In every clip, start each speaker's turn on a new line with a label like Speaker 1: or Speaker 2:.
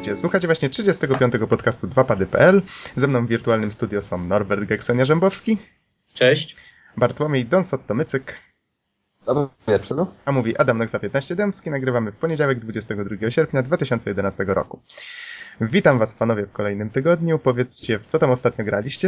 Speaker 1: Witajcie, słuchacie właśnie 35. podcastu 2pady.pl. Ze mną w wirtualnym studio są Norbert Geksonia-Rzębowski.
Speaker 2: Cześć.
Speaker 1: Bartłomiej Donsot-Tomycyk.
Speaker 3: Dobry wieczór.
Speaker 1: A mówi Adam Noxa 15 Dębski. Nagrywamy w poniedziałek 22 sierpnia 2011 roku. Witam was panowie w kolejnym tygodniu. Powiedzcie, w co tam ostatnio graliście?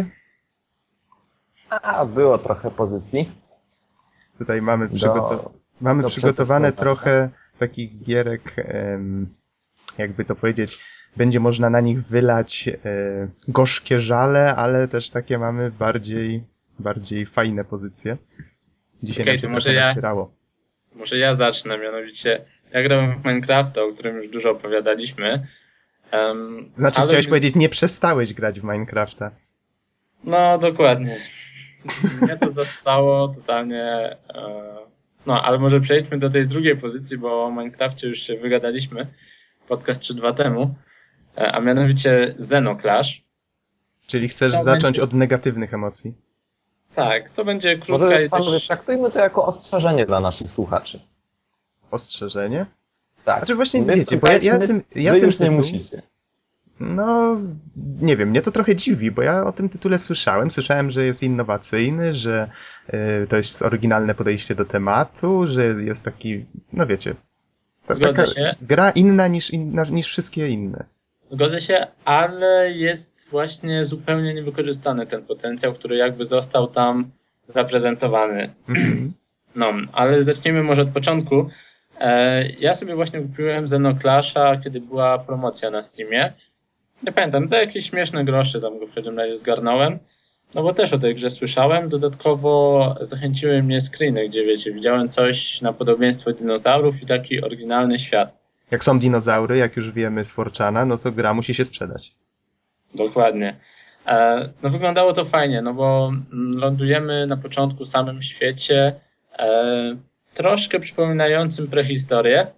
Speaker 3: Było trochę pozycji.
Speaker 1: Tutaj mamy przygotowane trochę takich gierek, jakby to powiedzieć, będzie można na nich wylać gorzkie żale, ale też takie mamy bardziej fajne pozycje. Dzisiaj nam się trochę nazbierało.
Speaker 2: Może ja zacznę, mianowicie ja grałem w Minecrafta, o którym już dużo opowiadaliśmy.
Speaker 1: Chciałeś powiedzieć, nie przestałeś grać w Minecrafta.
Speaker 2: No, dokładnie. Mnie to zostało totalnie... ale może przejdźmy do tej drugiej pozycji, bo o Minecrafcie już się wygadaliśmy podcast 3-2 temu, a mianowicie Xenoclash.
Speaker 1: Czyli chcesz zacząć od negatywnych emocji?
Speaker 2: Tak, to będzie krótka
Speaker 3: może
Speaker 2: i
Speaker 3: panowie, traktujmy to jako ostrzeżenie dla naszych słuchaczy.
Speaker 1: Ostrzeżenie?
Speaker 3: Tak.
Speaker 1: Znaczy właśnie, wiecie, bo ja
Speaker 3: wy
Speaker 1: ten
Speaker 3: już
Speaker 1: tytuł...
Speaker 3: nie musicie.
Speaker 1: No, nie wiem, mnie to trochę dziwi, bo ja o tym tytule słyszałem, że jest innowacyjny, że to jest oryginalne podejście do tematu, że jest taki, no wiecie, taka
Speaker 2: się.
Speaker 1: Gra inna niż wszystkie inne.
Speaker 2: Zgodzę się, ale jest właśnie zupełnie niewykorzystany ten potencjał, który jakby został tam zaprezentowany. No, ale zacznijmy może od początku. Ja sobie właśnie kupiłem Xenoclasha, kiedy była promocja na Steamie. Nie pamiętam, za jakieś śmieszne grosze tam go w każdym razie zgarnąłem. No bo też o tej grze słyszałem. Dodatkowo zachęciły mnie screeny, gdzie wiecie, widziałem coś na podobieństwo dinozaurów i taki oryginalny świat.
Speaker 1: Jak są dinozaury, jak już wiemy z 4chana, no to gra musi się sprzedać.
Speaker 2: Dokładnie. No wyglądało to fajnie, no bo lądujemy na początku w samym świecie, troszkę przypominającym prehistorię.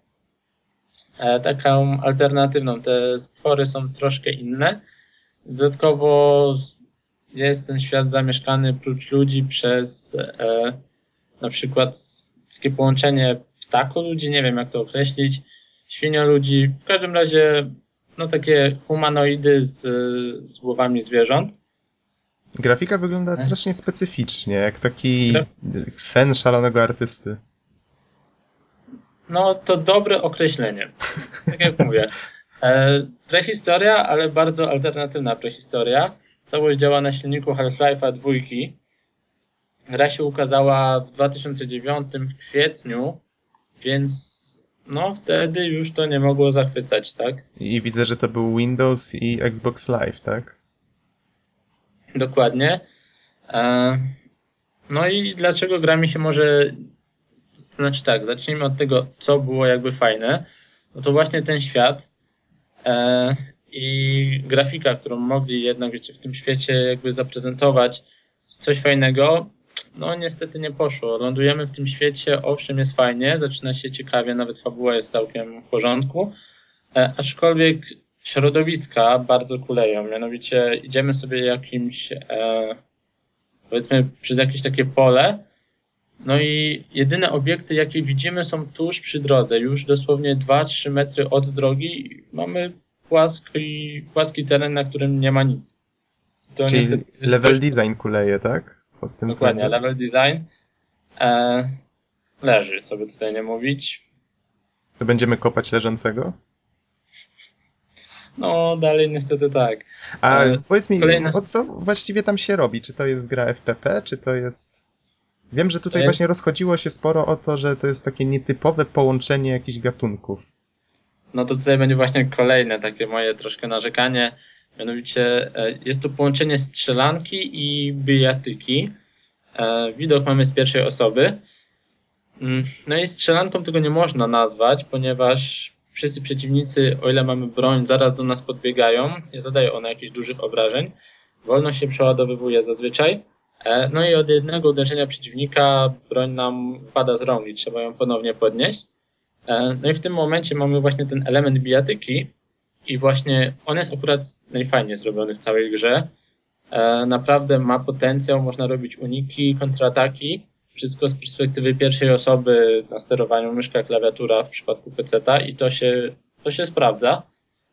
Speaker 2: Taką alternatywną. Te stwory są troszkę inne. Dodatkowo jest ten świat zamieszkany prócz ludzi przez na przykład takie połączenie ptako-ludzi, nie wiem jak to określić, świnio-ludzi, w każdym razie no takie humanoidy z głowami zwierząt.
Speaker 1: Grafika wygląda strasznie specyficznie, jak taki sen szalonego artysty.
Speaker 2: No to dobre określenie, tak jak mówię. Prehistoria, ale bardzo alternatywna prehistoria. Całość działa na silniku Half-Life'a 2. Gra się ukazała w 2009 w kwietniu, więc no wtedy już to nie mogło zachwycać, tak?
Speaker 1: I widzę, że to był Windows i Xbox Live, tak?
Speaker 2: Dokładnie. No i dlaczego gra mi się może... To znaczy tak, zacznijmy od tego, co było jakby fajne. No to właśnie ten świat i grafika, którą mogli jednak wiecie, w tym świecie jakby zaprezentować coś fajnego, no niestety nie poszło. Lądujemy w tym świecie, owszem jest fajnie, zaczyna się ciekawie, nawet fabuła jest całkiem w porządku, aczkolwiek środowiska bardzo kuleją, mianowicie idziemy sobie jakimś, powiedzmy przez jakieś takie pole, no i jedyne obiekty, jakie widzimy, są tuż przy drodze. Już dosłownie 2-3 metry od drogi mamy płaski teren, na którym nie ma nic.
Speaker 1: To czyli niestety level design kuleje, tak? Pod tym
Speaker 2: dokładnie,
Speaker 1: względem.
Speaker 2: level design leży, co by tutaj nie mówić.
Speaker 1: To będziemy kopać leżącego?
Speaker 2: No, dalej niestety tak.
Speaker 1: A powiedz mi, o co właściwie tam się robi? Czy to jest gra FPP, czy to jest... Wiem, że tutaj właśnie rozchodziło się sporo o to, że to jest takie nietypowe połączenie jakichś gatunków.
Speaker 2: No to tutaj będzie właśnie kolejne takie moje troszkę narzekanie. Mianowicie jest to połączenie strzelanki i bijatyki. Widok mamy z pierwszej osoby. No i strzelanką tego nie można nazwać, ponieważ wszyscy przeciwnicy, o ile mamy broń, zaraz do nas podbiegają. Nie zadają one jakichś dużych obrażeń. Wolno się przeładowywuje zazwyczaj. No i od jednego uderzenia przeciwnika broń nam pada z rąk i trzeba ją ponownie podnieść. No i w tym momencie mamy właśnie ten element bijatyki i właśnie on jest akurat najfajniej zrobiony w całej grze. Naprawdę ma potencjał, można robić uniki, kontrataki, wszystko z perspektywy pierwszej osoby na sterowaniu myszka, klawiatura w przypadku PC-ta i to się sprawdza.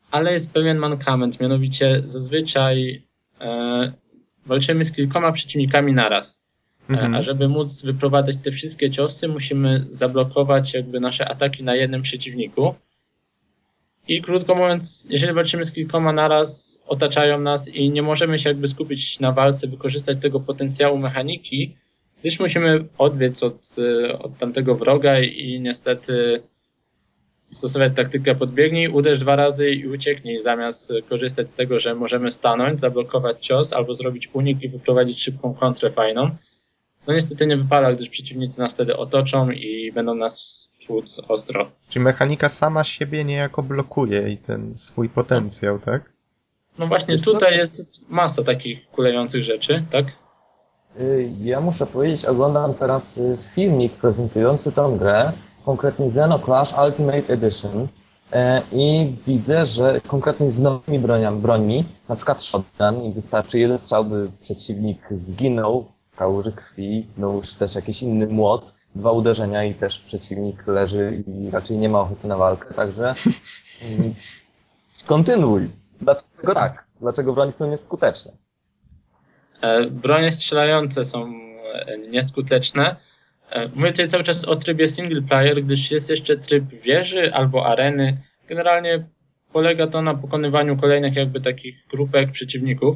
Speaker 2: ale jest pewien mankament, mianowicie zazwyczaj walczymy z kilkoma przeciwnikami naraz. A żeby móc wyprowadzać te wszystkie ciosy, musimy zablokować jakby nasze ataki na jednym przeciwniku. I krótko mówiąc, jeżeli walczymy z kilkoma naraz, otaczają nas i nie możemy się jakby skupić na walce, wykorzystać tego potencjału mechaniki, gdyż musimy odbiec od tamtego wroga i niestety stosować taktykę podbiegnij, uderz 2 razy i ucieknij, zamiast korzystać z tego, że możemy stanąć, zablokować cios albo zrobić unik i wyprowadzić szybką kontrę fajną. No niestety nie wypada, gdyż przeciwnicy nas wtedy otoczą i będą nas tłuc ostro.
Speaker 1: Czyli mechanika sama siebie niejako blokuje i ten swój potencjał, tak?
Speaker 2: No właśnie tutaj jest masa takich kulejących rzeczy, tak?
Speaker 3: Ja muszę powiedzieć, oglądam teraz filmik prezentujący tą grę, konkretnie Xenoclash Ultimate Edition i widzę, że konkretnie z nowymi brońmi, na przykład shotgun i wystarczy jeden strzał, by przeciwnik zginął w kałuży krwi, znowu też jakiś inny młot, 2 uderzenia i też przeciwnik leży i raczej nie ma ochoty na walkę, także kontynuuj. Dlaczego tak? Dlaczego broni są nieskuteczne?
Speaker 2: Bronie strzelające są nieskuteczne. Mówię tutaj cały czas o trybie single player, gdyż jest jeszcze tryb wieży albo areny. Generalnie polega to na pokonywaniu kolejnych jakby takich grupek przeciwników.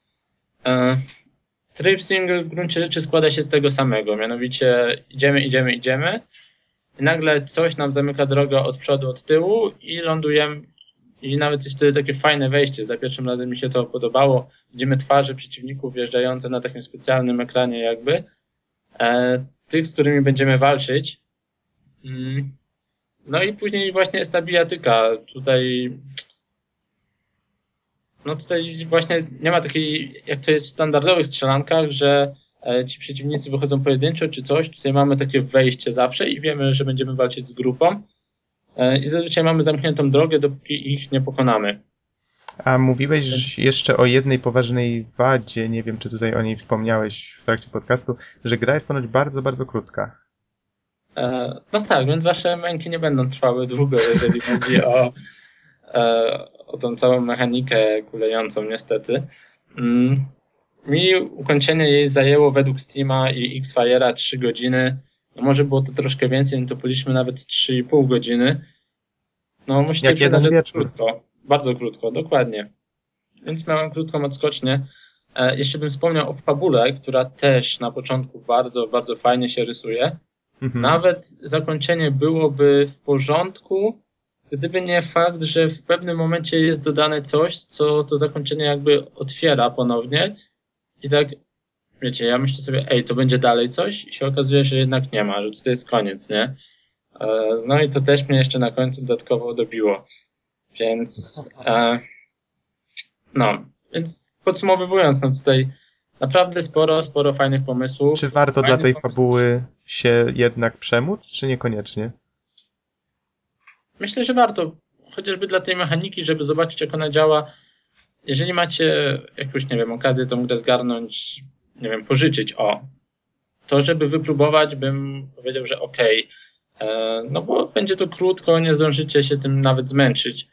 Speaker 2: Tryb single w gruncie rzeczy składa się z tego samego, mianowicie idziemy i nagle coś nam zamyka drogę od przodu, od tyłu i lądujemy. I nawet jest wtedy takie fajne wejście. Za pierwszym razem mi się to podobało. Widzimy twarze przeciwników wjeżdżające na takim specjalnym ekranie jakby. Tych, z którymi będziemy walczyć. No i później właśnie jest ta bijatyka. Tutaj właśnie nie ma takiej, jak to jest w standardowych strzelankach, że ci przeciwnicy wychodzą pojedynczo czy coś. Tutaj mamy takie wejście zawsze i wiemy, że będziemy walczyć z grupą. I zazwyczaj mamy zamkniętą drogę, dopóki ich nie pokonamy.
Speaker 1: A mówiłeś jeszcze o jednej poważnej wadzie, nie wiem, czy tutaj o niej wspomniałeś w trakcie podcastu, że gra jest ponoć bardzo, bardzo krótka.
Speaker 2: No tak, więc wasze męki nie będą trwały długo, jeżeli chodzi o tą całą mechanikę kulejącą niestety. Mi ukończenie jej zajęło według Steama i Xfire'a 3 godziny. No może było to troszkę więcej, no to policzmy nawet 3,5 godziny. No musicie
Speaker 1: Jak
Speaker 2: przyznać,
Speaker 1: jeden
Speaker 2: że to
Speaker 1: wieczór.
Speaker 2: krótko. Bardzo krótko, dokładnie. Więc miałem krótką odskocznię. Jeszcze bym wspomniał o fabule, która też na początku bardzo, bardzo fajnie się rysuje. Nawet zakończenie byłoby w porządku, gdyby nie fakt, że w pewnym momencie jest dodane coś, co to zakończenie jakby otwiera ponownie. I tak, wiecie, ja myślę sobie, to będzie dalej coś i się okazuje, że jednak nie ma, że tutaj jest koniec, nie? No i to też mnie jeszcze na końcu dodatkowo dobiło. Więc więc podsumowując, no tutaj naprawdę sporo fajnych pomysłów.
Speaker 1: Czy warto dla tej fabuły się jednak przemóc, czy niekoniecznie?
Speaker 2: Myślę, że warto. Chociażby dla tej mechaniki, żeby zobaczyć, jak ona działa. Jeżeli macie jakąś, nie wiem, okazję tą grę zgarnąć, nie wiem, pożyczyć, to żeby wypróbować, bym powiedział, że okej. No bo będzie to krótko, nie zdążycie się tym nawet zmęczyć.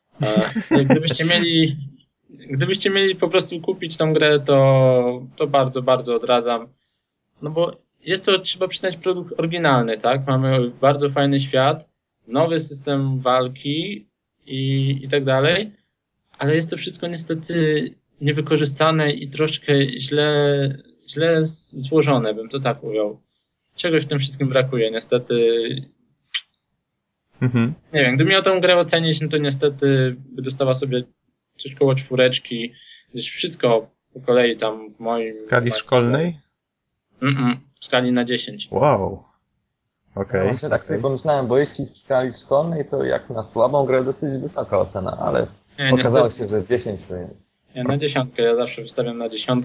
Speaker 2: Gdybyście mieli po prostu kupić tą grę, to bardzo, bardzo odradzam. No bo jest to, trzeba przyznać, produkt oryginalny, tak? Mamy bardzo fajny świat, nowy system walki i tak dalej, ale jest to wszystko niestety niewykorzystane i troszkę źle złożone, bym to tak ujął. Czegoś w tym wszystkim brakuje, niestety. Nie wiem, gdybym miał tę grę ocenić, no to niestety by dostała sobie coś koło 4, gdyż wszystko po kolei tam w moim...
Speaker 1: W skali szkolnej?
Speaker 2: W skali na 10.
Speaker 1: Wow. Okej.
Speaker 3: Właśnie tak sobie pomyślałem, bo jeśli w skali szkolnej, to jak na słabą grę dosyć wysoka ocena, ale okazało się, że 10 to jest...
Speaker 2: Nie, na 10, ja zawsze wystawiam na 10.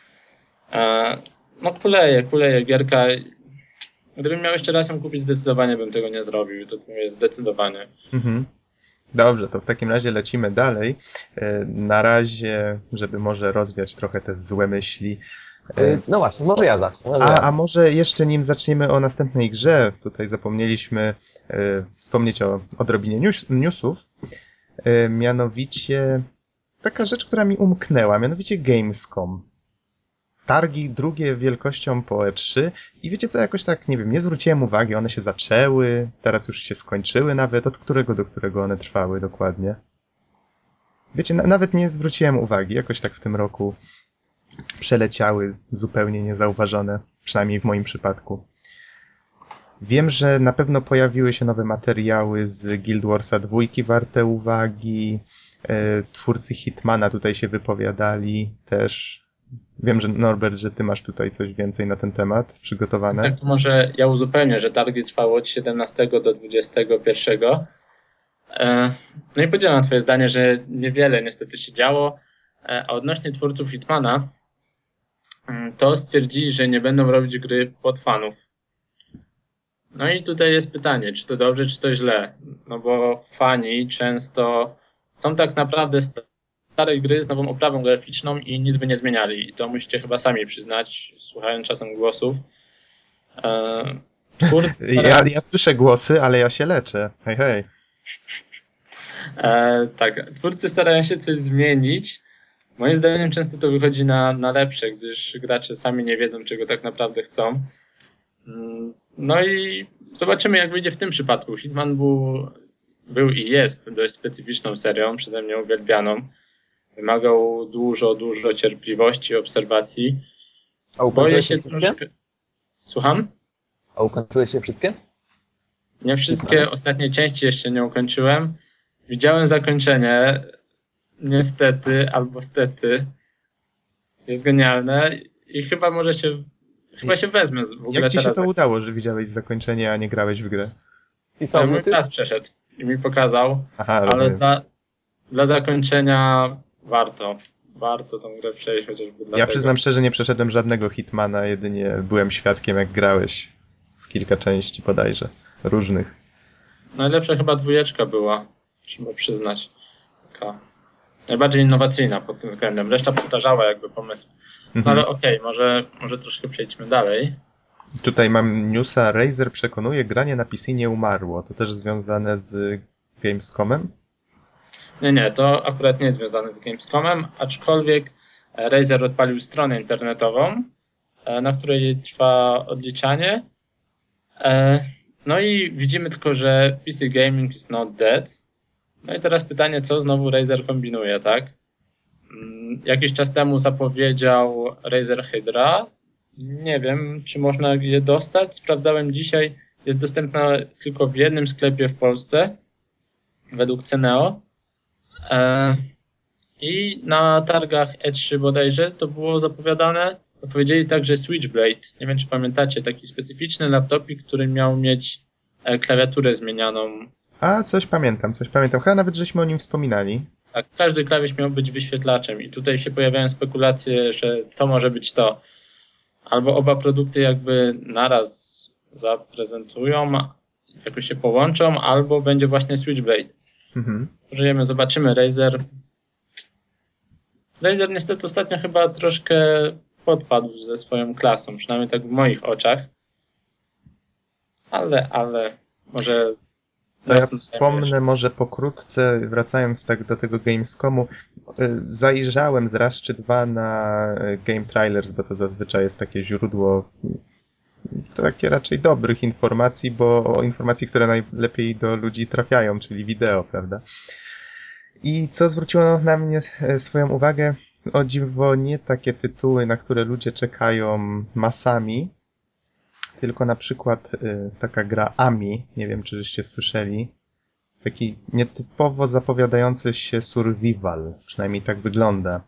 Speaker 2: No kuleje gierka. Gdybym miał jeszcze raz ją kupić, zdecydowanie bym tego nie zrobił, to mówię zdecydowanie.
Speaker 1: Dobrze, to w takim razie lecimy dalej. Na razie, żeby może rozwiać trochę te złe myśli.
Speaker 3: No właśnie, może ja zacznę.
Speaker 1: A może jeszcze nim zaczniemy o następnej grze, tutaj zapomnieliśmy wspomnieć o odrobinie newsów. Mianowicie taka rzecz, która mi umknęła, mianowicie Gamescom. Targi drugie wielkością po E3 i wiecie co, jakoś tak, nie wiem, nie zwróciłem uwagi, one się zaczęły, teraz już się skończyły nawet, od którego do którego one trwały dokładnie. Wiecie, nawet nie zwróciłem uwagi, jakoś tak w tym roku przeleciały zupełnie niezauważone, przynajmniej w moim przypadku. Wiem, że na pewno pojawiły się nowe materiały z Guild Warsa 2 warte uwagi, twórcy Hitmana tutaj się wypowiadali też. Wiem, że Norbert, że ty masz tutaj coś więcej na ten temat przygotowane.
Speaker 2: Tak, to może ja uzupełnię, że targi trwały od 17 do 21. No i podzielam twoje zdanie, że niewiele niestety się działo, a odnośnie twórców Hitmana, to stwierdzili, że nie będą robić gry pod fanów. No i tutaj jest pytanie, czy to dobrze, czy to źle. No bo fani często chcą tak naprawdę starej gry z nową oprawą graficzną i nic by nie zmieniali. I to musicie chyba sami przyznać, słuchając czasem głosów.
Speaker 1: Ja słyszę głosy, ale ja się leczę. Hej, hej.
Speaker 2: Tak, twórcy starają się coś zmienić. Moim zdaniem często to wychodzi na lepsze, gdyż gracze sami nie wiedzą, czego tak naprawdę chcą. No i zobaczymy, jak wyjdzie w tym przypadku. Hitman był i jest dość specyficzną serią, przeze mnie uwielbianą. Wymagał dużo cierpliwości, obserwacji.
Speaker 3: A ukończyłeś się wszystkie?
Speaker 2: troszkę... Słucham?
Speaker 3: A ukończyłeś się wszystkie?
Speaker 2: Nie wszystkie, ostatniej części jeszcze nie ukończyłem. Widziałem zakończenie, niestety albo stety. Jest genialne i chyba się wezmę w ogóle.
Speaker 1: Jak ci się
Speaker 2: teraz
Speaker 1: to udało, że widziałeś zakończenie, a nie grałeś w grę?
Speaker 2: Mój brat przeszedł i mi pokazał,
Speaker 1: Aha,
Speaker 2: ale
Speaker 1: rozumiem.
Speaker 2: dla zakończenia warto tą grę przejść chociażby dlatego.
Speaker 1: Ja przyznam szczerze, nie przeszedłem żadnego Hitmana, jedynie byłem świadkiem, jak grałeś w kilka części bodajże, różnych.
Speaker 2: Najlepsza chyba 2 była, trzeba przyznać. Taka najbardziej innowacyjna pod tym względem. Reszta powtarzała jakby pomysł. No ale okej, może troszkę przejdźmy dalej.
Speaker 1: Tutaj mam newsa, Razer przekonuje, granie na PC nie umarło. To też związane z Gamescomem?
Speaker 2: Nie, to akurat nie jest związane z Gamescomem, aczkolwiek Razer odpalił stronę internetową, na której trwa odliczanie. No i widzimy tylko, że PC Gaming is not dead. No i teraz pytanie, co znowu Razer kombinuje, tak? Jakiś czas temu zapowiedział Razer Hydra. Nie wiem, czy można je dostać. Sprawdzałem dzisiaj. Jest dostępna tylko w jednym sklepie w Polsce, według Ceneo. I na targach E3 bodajże to było zapowiadane. Powiedzieli także Switchblade. Nie wiem, czy pamiętacie, taki specyficzny laptopik, który miał mieć klawiaturę zmienianą.
Speaker 1: A, coś pamiętam. Chyba nawet żeśmy o nim wspominali.
Speaker 2: Tak, każdy klawisz miał być wyświetlaczem i tutaj się pojawiają spekulacje, że to może być to. Albo oba produkty jakby naraz zaprezentują, jakoś się połączą, albo będzie właśnie Switchblade. Żyjemy, zobaczymy. Razer niestety ostatnio chyba troszkę podpadł ze swoją klasą, przynajmniej tak w moich oczach. Ale może...
Speaker 1: To ja wspomnę może pokrótce, wracając tak do tego Gamescomu, zajrzałem z raz czy dwa na Game Trailers, bo to zazwyczaj jest takie źródło takie raczej dobrych informacji, bo informacji, które najlepiej do ludzi trafiają, czyli wideo, prawda? I co zwróciło na mnie swoją uwagę? O dziwo nie takie tytuły, na które ludzie czekają masami, tylko na przykład taka gra Ami, nie wiem czy żeście słyszeli, taki nietypowo zapowiadający się survival, przynajmniej tak wygląda.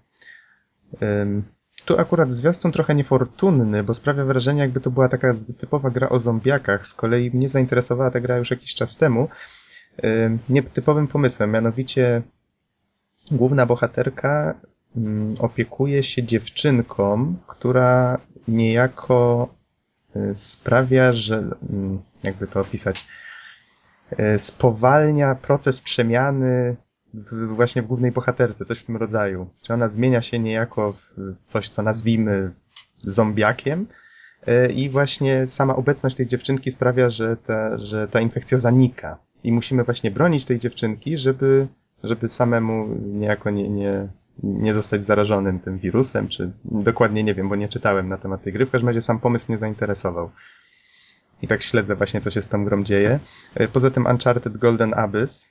Speaker 1: Tu akurat zwiastun trochę niefortunny, bo sprawia wrażenie, jakby to była taka typowa gra o zombiakach. Z kolei mnie zainteresowała ta gra już jakiś czas temu nietypowym pomysłem, mianowicie główna bohaterka opiekuje się dziewczynką, która niejako sprawia, że, jakby to opisać, spowalnia proces przemiany właśnie w głównej bohaterce, coś w tym rodzaju. Czy ona zmienia się niejako w coś, co nazwijmy zombiakiem i właśnie sama obecność tej dziewczynki sprawia, że ta infekcja zanika. I musimy właśnie bronić tej dziewczynki, żeby samemu niejako nie zostać zarażonym tym wirusem, czy dokładnie nie wiem, bo nie czytałem na temat tej gry. W każdym razie sam pomysł mnie zainteresował. I tak śledzę właśnie, co się z tą grą dzieje. Poza tym Uncharted Golden Abyss,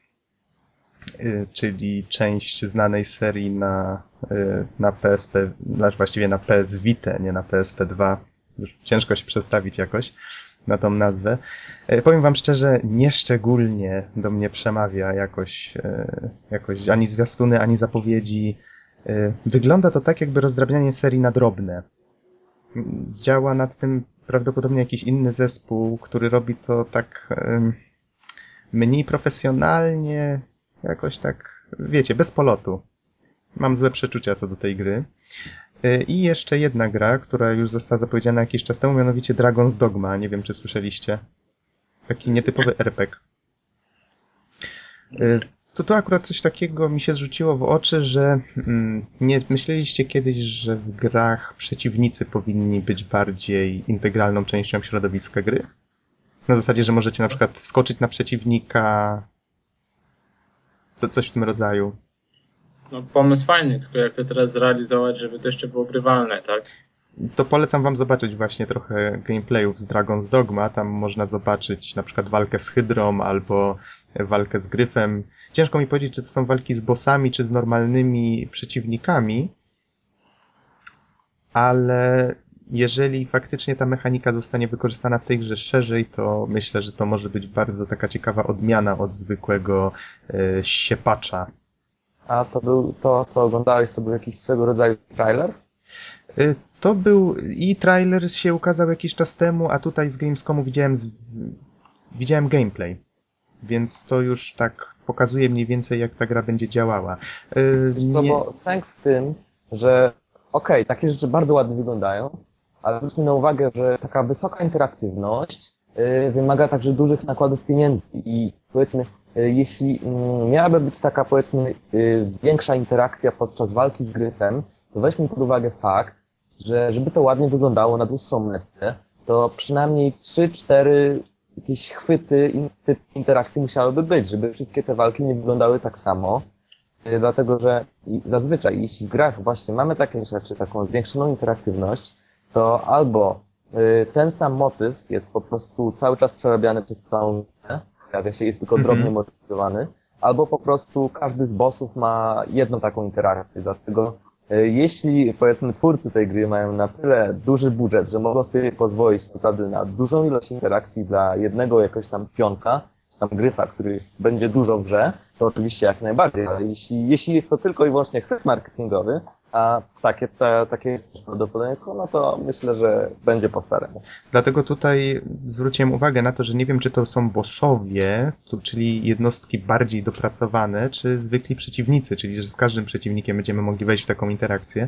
Speaker 1: czyli część znanej serii na PSP, właściwie na PS Vita, nie na PSP 2. Już ciężko się przestawić jakoś na tą nazwę. Powiem wam szczerze, nieszczególnie do mnie przemawia jakoś ani zwiastuny, ani zapowiedzi. Wygląda to tak, jakby rozdrabnianie serii na drobne. Działa nad tym prawdopodobnie jakiś inny zespół, który robi to tak mniej profesjonalnie, jakoś tak, wiecie, bez polotu. Mam złe przeczucia co do tej gry. I jeszcze jedna gra, która już została zapowiedziana jakiś czas temu, mianowicie Dragon's Dogma. Nie wiem, czy słyszeliście. Taki nietypowy RPG. To akurat coś takiego mi się zrzuciło w oczy, że nie myśleliście kiedyś, że w grach przeciwnicy powinni być bardziej integralną częścią środowiska gry? Na zasadzie, że możecie na przykład wskoczyć na przeciwnika, coś w tym rodzaju.
Speaker 2: No pomysł fajny, tylko jak to teraz zrealizować, żeby to jeszcze było grywalne, tak?
Speaker 1: To polecam wam zobaczyć właśnie trochę gameplayów z Dragon's Dogma. Tam można zobaczyć na przykład walkę z Hydrą albo walkę z Gryfem. Ciężko mi powiedzieć, czy to są walki z bossami, czy z normalnymi przeciwnikami, ale jeżeli faktycznie ta mechanika zostanie wykorzystana w tej grze szerzej, to myślę, że to może być bardzo taka ciekawa odmiana od zwykłego siepacza.
Speaker 3: A to, co oglądałeś, to był jakiś swego rodzaju trailer?
Speaker 1: To był i trailer się ukazał jakiś czas temu, a tutaj z Gamescomu widziałem gameplay. Więc to już tak pokazuje mniej więcej, jak ta gra będzie działała.
Speaker 3: Wiesz co, bo sęk w tym, że takie rzeczy bardzo ładnie wyglądają, ale zwróćmy na uwagę, że taka wysoka interaktywność wymaga także dużych nakładów pieniędzy i powiedzmy, jeśli miałaby być taka, powiedzmy, większa interakcja podczas walki z Gryfem, to weźmy pod uwagę fakt, że żeby to ładnie wyglądało na dłuższą metę, to przynajmniej 3-4 jakieś chwyty interakcji musiałyby być, żeby wszystkie te walki nie wyglądały tak samo. Dlatego, że zazwyczaj, jeśli w grach właśnie mamy takie rzeczy, taką zwiększoną interaktywność, to albo ten sam motyw jest po prostu cały czas przerabiany przez całą grę, pojawia się, jest tylko drobnie modyfikowany, albo po prostu każdy z bossów ma jedną taką interakcję. Dlatego jeśli, powiedzmy, twórcy tej gry mają na tyle duży budżet, że mogą sobie pozwolić naprawdę na dużą ilość interakcji dla jednego jakoś tam pionka, czy tam Gryfa, który będzie dużo w grze, to oczywiście jak najbardziej, ale jeśli jest to tylko i wyłącznie chwyt marketingowy, a takie jest też prawdopodobieństwo, no to myślę, że będzie po staremu.
Speaker 1: Dlatego tutaj zwróciłem uwagę na to, że nie wiem, czy to są bossowie, czyli jednostki bardziej dopracowane, czy zwykli przeciwnicy, czyli że z każdym przeciwnikiem będziemy mogli wejść w taką interakcję.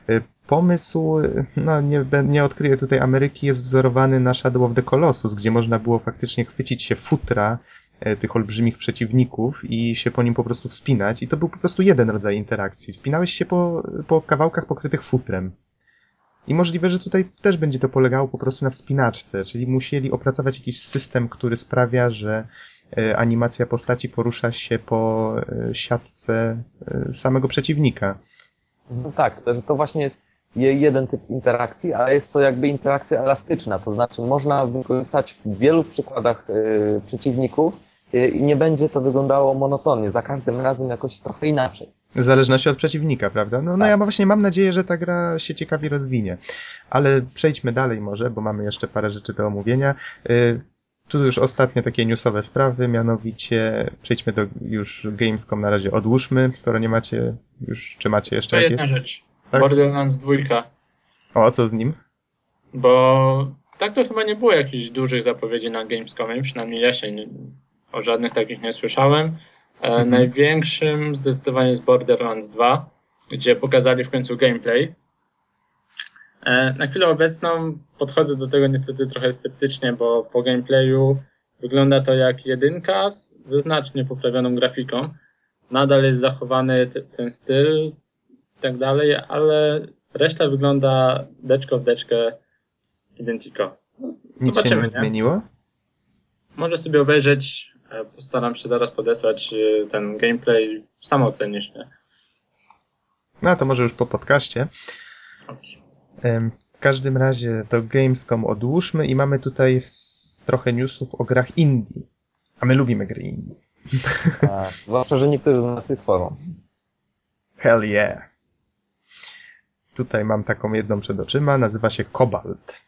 Speaker 1: Pomysł, no nie odkryję tutaj Ameryki, jest wzorowany na Shadow of the Colossus, gdzie można było faktycznie chwycić się futra tych olbrzymich przeciwników i się po nim po prostu wspinać. I to był po prostu jeden rodzaj interakcji. Wspinałeś się po kawałkach pokrytych futrem. I możliwe, że tutaj też będzie to polegało po prostu na wspinaczce, czyli musieli opracować jakiś system, który sprawia, że animacja postaci porusza się po siatce samego przeciwnika.
Speaker 3: No tak, to właśnie jest jeden typ interakcji, ale jest to jakby interakcja elastyczna, to znaczy można wykorzystać w wielu przykładach przeciwników i nie będzie to wyglądało monotonnie, za każdym razem jakoś trochę inaczej.
Speaker 1: W zależności od przeciwnika, prawda? No
Speaker 3: Tak.
Speaker 1: Ja właśnie mam nadzieję, że ta gra się ciekawie rozwinie. Ale przejdźmy dalej może, bo mamy jeszcze parę rzeczy do omówienia. Tu już ostatnie takie newsowe sprawy, mianowicie przejdźmy do już Gamescom na razie odłóżmy, skoro nie macie już, czy macie jeszcze
Speaker 2: To
Speaker 1: jakieś?
Speaker 2: jedna rzecz.
Speaker 1: Tak?
Speaker 2: Borderlands 2.
Speaker 1: O, co z nim?
Speaker 2: Bo tak to chyba nie było jakichś dużych zapowiedzi na Gamescomie, przynajmniej ja się o żadnych takich nie słyszałem. Największym zdecydowanie jest Borderlands 2, gdzie pokazali w końcu gameplay. Na chwilę obecną podchodzę do tego niestety trochę sceptycznie, bo po gameplayu wygląda to jak jedynka ze znacznie poprawioną grafiką. Nadal jest zachowany ten styl i tak dalej, ale reszta wygląda deczko w deczkę Identico.
Speaker 1: Nic się nie zmieniło?
Speaker 2: Może sobie obejrzeć Postaram się zaraz podesłać ten gameplay, sam ocenisz, nie?
Speaker 1: No to może już po podcaście. W każdym razie to Gamescom odłóżmy i mamy tutaj trochę newsów o grach indie. A my lubimy gry indie.
Speaker 3: Tak, zwłaszcza, że niektórzy z nas je tworzą.
Speaker 1: Hell yeah. Tutaj mam taką jedną przed oczyma, nazywa się Cobalt.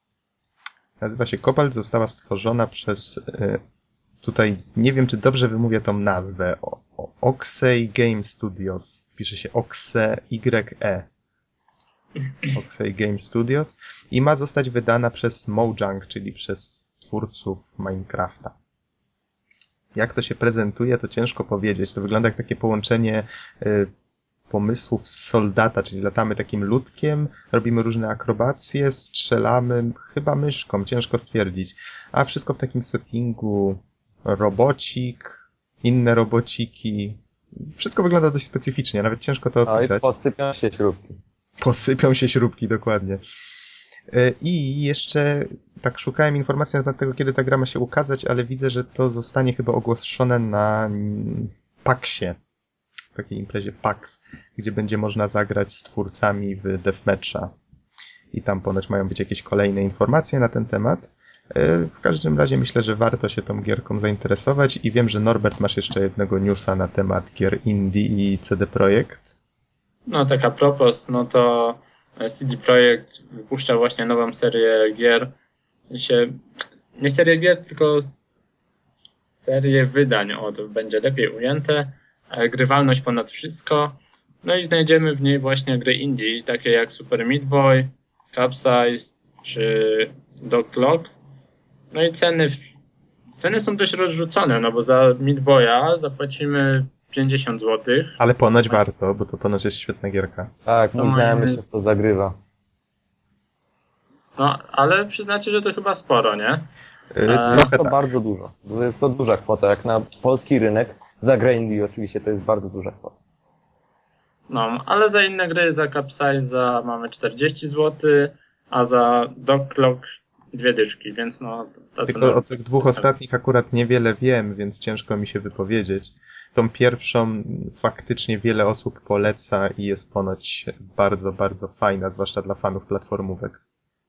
Speaker 1: Została stworzona przez... Tutaj nie wiem, czy dobrze wymówię tą nazwę. Oxey Game Studios. Pisze się Oxe-Y-E. Oxey Game Studios. I ma zostać wydana przez Mojang, czyli przez twórców Minecrafta. Jak to się prezentuje, to ciężko powiedzieć. To wygląda jak takie połączenie pomysłów z Soldata, czyli latamy takim ludkiem, robimy różne akrobacje, strzelamy, chyba myszką, ciężko stwierdzić. A wszystko w takim settingu robocik, inne robociki. Wszystko wygląda dość specyficznie, nawet ciężko to opisać.
Speaker 3: No i posypią się śrubki.
Speaker 1: Posypią się śrubki, dokładnie. I jeszcze tak szukałem informacji na temat tego, kiedy ta gra ma się ukazać, ale widzę, że to zostanie chyba ogłoszone na PAX-ie. W takiej imprezie PAX, gdzie będzie można zagrać z twórcami w Deathmatcha. I tam ponoć mają być jakieś kolejne informacje na ten temat. W każdym razie myślę, że warto się tą gierką zainteresować i wiem, że Norbert masz jeszcze jednego newsa na temat gier indie i CD Projekt.
Speaker 2: No tak a propos, no to CD Projekt wypuszcza właśnie nową serię gier. Nie serię gier, tylko serię wydań, to będzie lepiej ujęte. Grywalność ponad wszystko. No i znajdziemy w niej właśnie gry indie, takie jak Super Meat Boy, Capsized czy Dog Clock. No i ceny są dość rozrzucone, no bo za Meat Boya zapłacimy 50 zł.
Speaker 1: Ale ponoć warto, bo to ponoć jest świetna gierka.
Speaker 3: Tak, mój znajomy się w to zagrywa.
Speaker 2: No, ale przyznacie, że to chyba sporo, nie?
Speaker 3: Jest to bardzo dużo. Jest to duża kwota, jak na polski rynek. Za grę indie oczywiście to jest bardzo duża kwota.
Speaker 2: No, ale za inne gry, za Capsize mamy 40 zł, a za Dog Clock 2 dyszki, więc no...
Speaker 1: Tylko o tych dwóch ostatnich akurat niewiele wiem, więc ciężko mi się wypowiedzieć. Tą pierwszą faktycznie wiele osób poleca i jest ponoć bardzo, bardzo fajna, zwłaszcza dla fanów platformówek.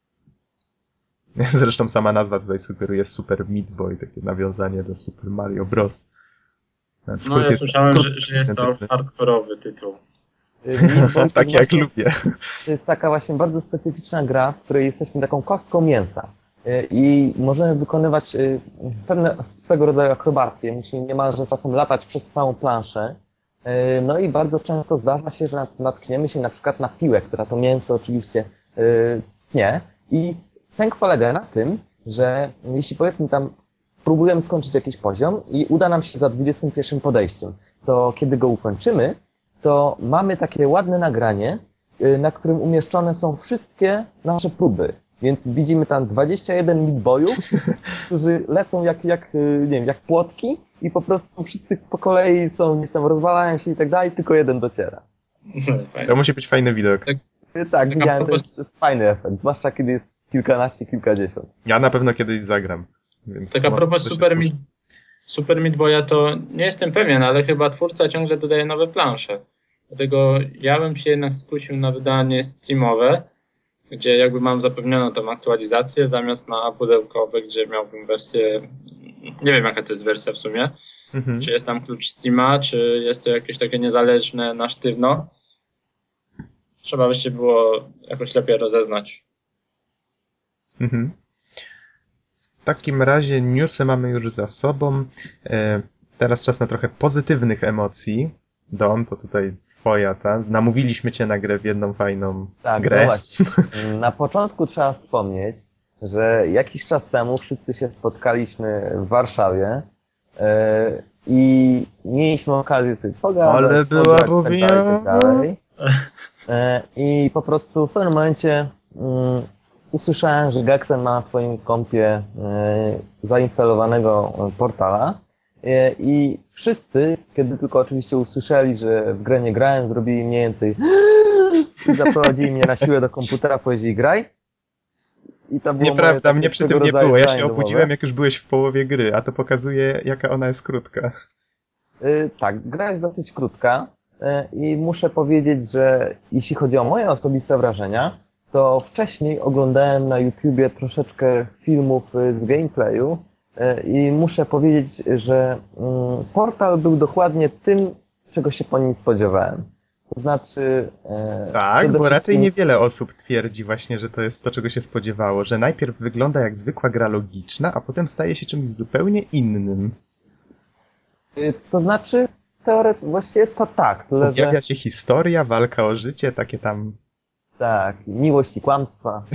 Speaker 1: Zresztą sama nazwa tutaj sugeruje Super Meat Boy, takie nawiązanie do Super Mario Bros.
Speaker 2: No ja słyszałem, że jest to hardkorowy tytuł.
Speaker 1: Tak jak lubię.
Speaker 3: To jest taka właśnie bardzo specyficzna gra, w której jesteśmy taką kostką mięsa. I możemy wykonywać pewne swego rodzaju akrobacje. Musimy niemalże czasem latać przez całą planszę. No i bardzo często zdarza się, że natkniemy się na przykład na piłę, która to mięso oczywiście tnie. I sęk polega na tym, że jeśli powiedzmy tam próbujemy skończyć jakiś poziom i uda nam się za 21 podejściem, to kiedy go ukończymy, to mamy takie ładne nagranie, na którym umieszczone są wszystkie nasze próby. Więc widzimy tam 21 meatboyów, którzy lecą nie wiem, jak płotki i po prostu wszyscy po kolei są, gdzieś tam rozwalają się i tak dalej, tylko jeden dociera.
Speaker 1: To musi być fajny widok.
Speaker 3: Tak, widziałem, to jest fajny efekt, zwłaszcza kiedy jest kilkanaście, kilkadziesiąt.
Speaker 1: Ja na pewno kiedyś zagram. Więc
Speaker 2: tak a propos Super Meat Boya to nie jestem pewien, ale chyba twórca ciągle dodaje nowe plansze. Dlatego ja bym się jednak skusił na wydanie Steamowe, gdzie jakby mam zapewnioną tą aktualizację zamiast na pudełkowe, gdzie miałbym wersję, nie wiem jaka to jest wersja w sumie, czy jest tam klucz Steama, czy jest to jakieś takie niezależne na sztywno. Trzeba by się było jakoś lepiej rozeznać.
Speaker 1: W takim razie newsy mamy już za sobą. Teraz czas na trochę pozytywnych emocji. Don, to tutaj twoja, namówiliśmy cię na grę w jedną fajną grę.
Speaker 3: No właśnie. Na początku trzeba wspomnieć, że jakiś czas temu wszyscy się spotkaliśmy w Warszawie i mieliśmy okazję sobie pogadać,
Speaker 1: ale była
Speaker 3: tak dalej. I po prostu w pewnym momencie usłyszałem, że Gexen ma na swoim kompie zainstalowanego portala i wszyscy, kiedy tylko oczywiście usłyszeli, że w grę nie grałem, zrobili mniej więcej i zaprowadzili mnie na siłę do komputera, powiedzieli graj I to było
Speaker 1: Nieprawda, mnie przy tym nie było. Ja się obudziłem,
Speaker 3: domowe.
Speaker 1: jak już byłeś w połowie gry, a to pokazuje, jaka ona jest krótka.
Speaker 3: Tak, gra jest dosyć krótka i muszę powiedzieć, że jeśli chodzi o moje osobiste wrażenia, to wcześniej oglądałem na YouTubie troszeczkę filmów z gameplayu i muszę powiedzieć, że Portal był dokładnie tym, czego się po nim spodziewałem. To znaczy...
Speaker 1: Tak, bo raczej niewiele osób twierdzi właśnie, że to jest to, czego się spodziewało, że najpierw wygląda jak zwykła gra logiczna, a potem staje się czymś zupełnie innym.
Speaker 3: To znaczy, właściwie to tak. Tyle,
Speaker 1: Pojawia się historia, walka o życie, takie tam...
Speaker 3: Tak, miłość i kłamstwa.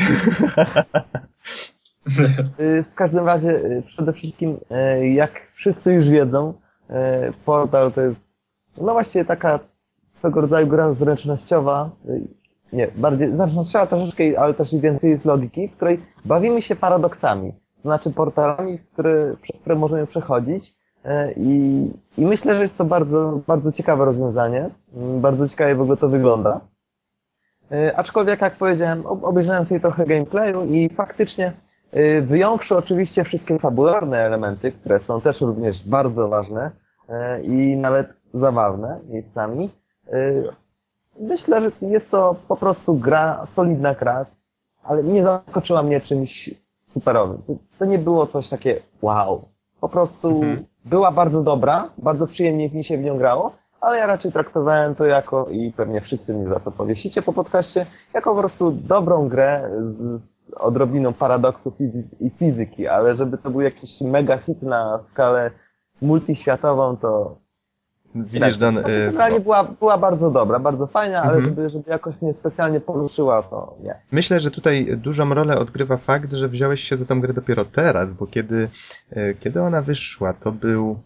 Speaker 3: W każdym razie, przede wszystkim, jak wszyscy już wiedzą, Portal to jest, no właściwie taka swego rodzaju gra zręcznościowa, nie, bardziej zręcznościowa troszeczkę, ale też i więcej jest logiki, w której bawimy się paradoksami, to znaczy portalami, przez które możemy przechodzić i myślę, że jest to bardzo, bardzo ciekawe rozwiązanie, bardzo ciekawie w ogóle to wygląda. Aczkolwiek, jak powiedziałem, obejrzałem sobie trochę gameplayu i faktycznie, wyjąwszy oczywiście wszystkie fabularne elementy, które są też również bardzo ważne i nawet zabawne miejscami, myślę, że jest to po prostu gra, solidna gra, ale nie zaskoczyła mnie czymś superowym. To nie było coś takie wow. Po prostu była bardzo dobra, bardzo przyjemnie mi się w nią grało, ale ja raczej traktowałem to jako, i pewnie wszyscy mnie za to powiesicie po podcaście, jako po prostu dobrą grę z odrobiną paradoksów i fizyki, ale żeby to był jakiś mega hit na skalę multiświatową, to...
Speaker 1: Widzisz, John...
Speaker 3: Generalnie była bardzo dobra, bardzo fajna, ale żeby jakoś mnie specjalnie poruszyła, to nie.
Speaker 1: Myślę, że tutaj dużą rolę odgrywa fakt, że wziąłeś się za tą grę dopiero teraz, bo kiedy ona wyszła, to był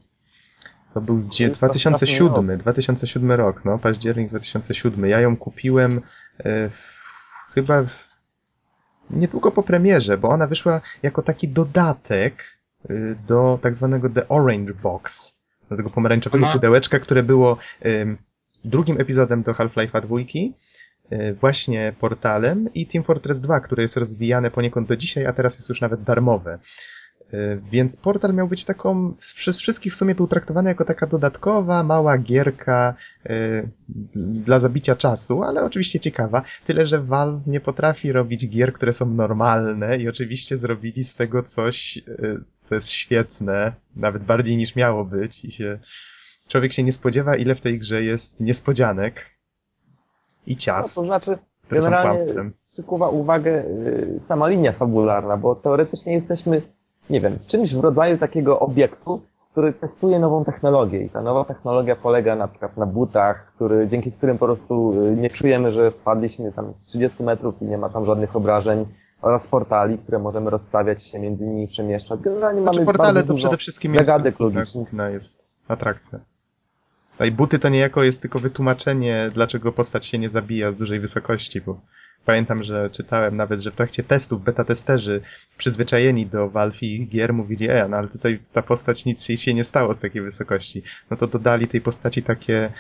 Speaker 1: 2007 rok, no, październik 2007. Ja ją kupiłem chyba niedługo po premierze, bo ona wyszła jako taki dodatek do tak zwanego The Orange Box, do tego pomarańczowego pudełeczka, które było drugim epizodem do Half-Life'a 2, właśnie portalem i Team Fortress 2, które jest rozwijane poniekąd do dzisiaj, a teraz jest już nawet darmowe. Więc Portal miał być taką, przez wszystkich w sumie był traktowany jako taka dodatkowa, mała gierka dla zabicia czasu, ale oczywiście ciekawa. Tyle, że Valve nie potrafi robić gier, które są normalne i oczywiście zrobili z tego coś, co jest świetne, nawet bardziej niż miało być i człowiek się nie spodziewa, ile w tej grze jest niespodzianek i ciast,
Speaker 3: no, to znaczy,
Speaker 1: które są kłamstwem.
Speaker 3: Przykuwa uwagę sama linia fabularna, bo teoretycznie jesteśmy, nie wiem, czymś w rodzaju takiego obiektu, który testuje nową technologię i ta nowa technologia polega na przykład na butach, dzięki którym po prostu nie czujemy, że spadliśmy tam z 30 metrów i nie ma tam żadnych obrażeń, oraz portali, które możemy rozstawiać się między nimi przemieszczać. Generalnie mamy
Speaker 1: portale
Speaker 3: bardzo
Speaker 1: to
Speaker 3: dużo
Speaker 1: przede wszystkim
Speaker 3: zagadek logicznych.
Speaker 1: Jest atrakcja. A i buty to niejako jest tylko wytłumaczenie, dlaczego postać się nie zabija z dużej wysokości, bo pamiętam, że czytałem nawet, że w trakcie testów beta-testerzy przyzwyczajeni do Valve i ich gier mówili, no ale tutaj ta postać nic się nie stało z takiej wysokości. No to dodali tej postaci takie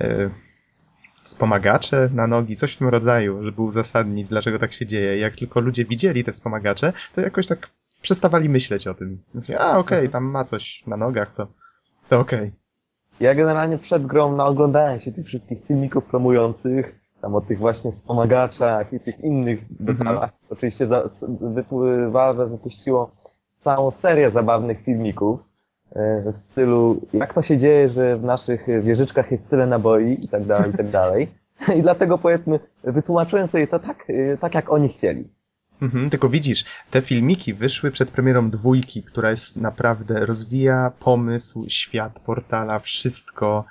Speaker 1: wspomagacze na nogi, coś w tym rodzaju, żeby uzasadnić, dlaczego tak się dzieje. I jak tylko ludzie widzieli te wspomagacze, to jakoś tak przestawali myśleć o tym. Mówili, okej, tam ma coś na nogach, to okej.
Speaker 3: Ja generalnie przed grą naoglądałem się tych wszystkich filmików promujących, tam o tych właśnie wspomagaczach i tych innych detalach. Oczywiście Valve wypuściło całą serię zabawnych filmików w stylu, jak to się dzieje, że w naszych wieżyczkach jest tyle naboi i tak dalej, i tak dalej. I dlatego powiedzmy, wytłumaczyłem sobie to tak jak oni chcieli.
Speaker 1: Tylko widzisz, te filmiki wyszły przed premierą 2, która jest naprawdę, rozwija pomysł, świat portala, wszystko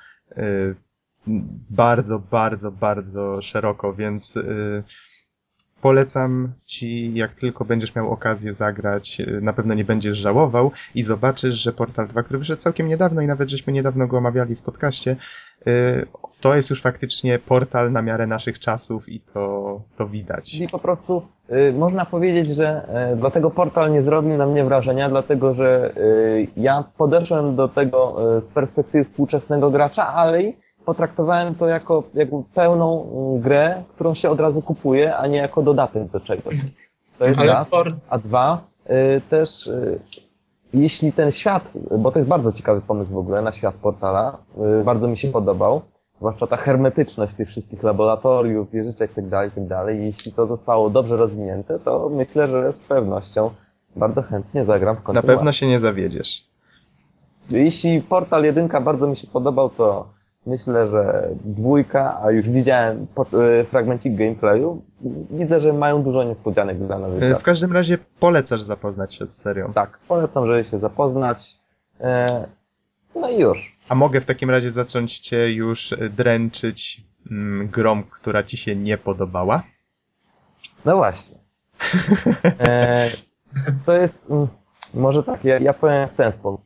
Speaker 1: bardzo, bardzo, bardzo szeroko, więc polecam ci, jak tylko będziesz miał okazję zagrać, na pewno nie będziesz żałował i zobaczysz, że Portal 2, który wyszedł całkiem niedawno i nawet żeśmy niedawno go omawiali w podcaście, to jest już faktycznie portal na miarę naszych czasów i to widać.
Speaker 3: I po prostu można powiedzieć, że dlatego Portal nie zrobił na mnie wrażenia, dlatego że ja podeszłem do tego z perspektywy współczesnego gracza, ale potraktowałem to jako pełną grę, którą się od razu kupuje, a nie jako dodatek do czegoś. To jest
Speaker 2: Ale
Speaker 3: raz. A dwa, też jeśli ten świat, bo to jest bardzo ciekawy pomysł w ogóle na świat Portala, bardzo mi się podobał, zwłaszcza ta hermetyczność tych wszystkich laboratoriów, wieżyczek itd., itd. Jeśli to zostało dobrze rozwinięte, to myślę, że z pewnością bardzo chętnie zagram w
Speaker 1: Na
Speaker 3: kontynuację.
Speaker 1: pewno się nie zawiedziesz.
Speaker 3: Jeśli Portal 1 bardzo mi się podobał, to myślę, że 2, a już widziałem fragmencik gameplayu, widzę, że mają dużo niespodzianek dla nowych.
Speaker 1: W każdym razie polecasz zapoznać się z serią.
Speaker 3: Tak, polecam, żeby się zapoznać. No i już.
Speaker 1: A mogę w takim razie zacząć cię już dręczyć grą, która ci się nie podobała?
Speaker 3: No właśnie. To jest... Może tak, ja powiem w ten sposób.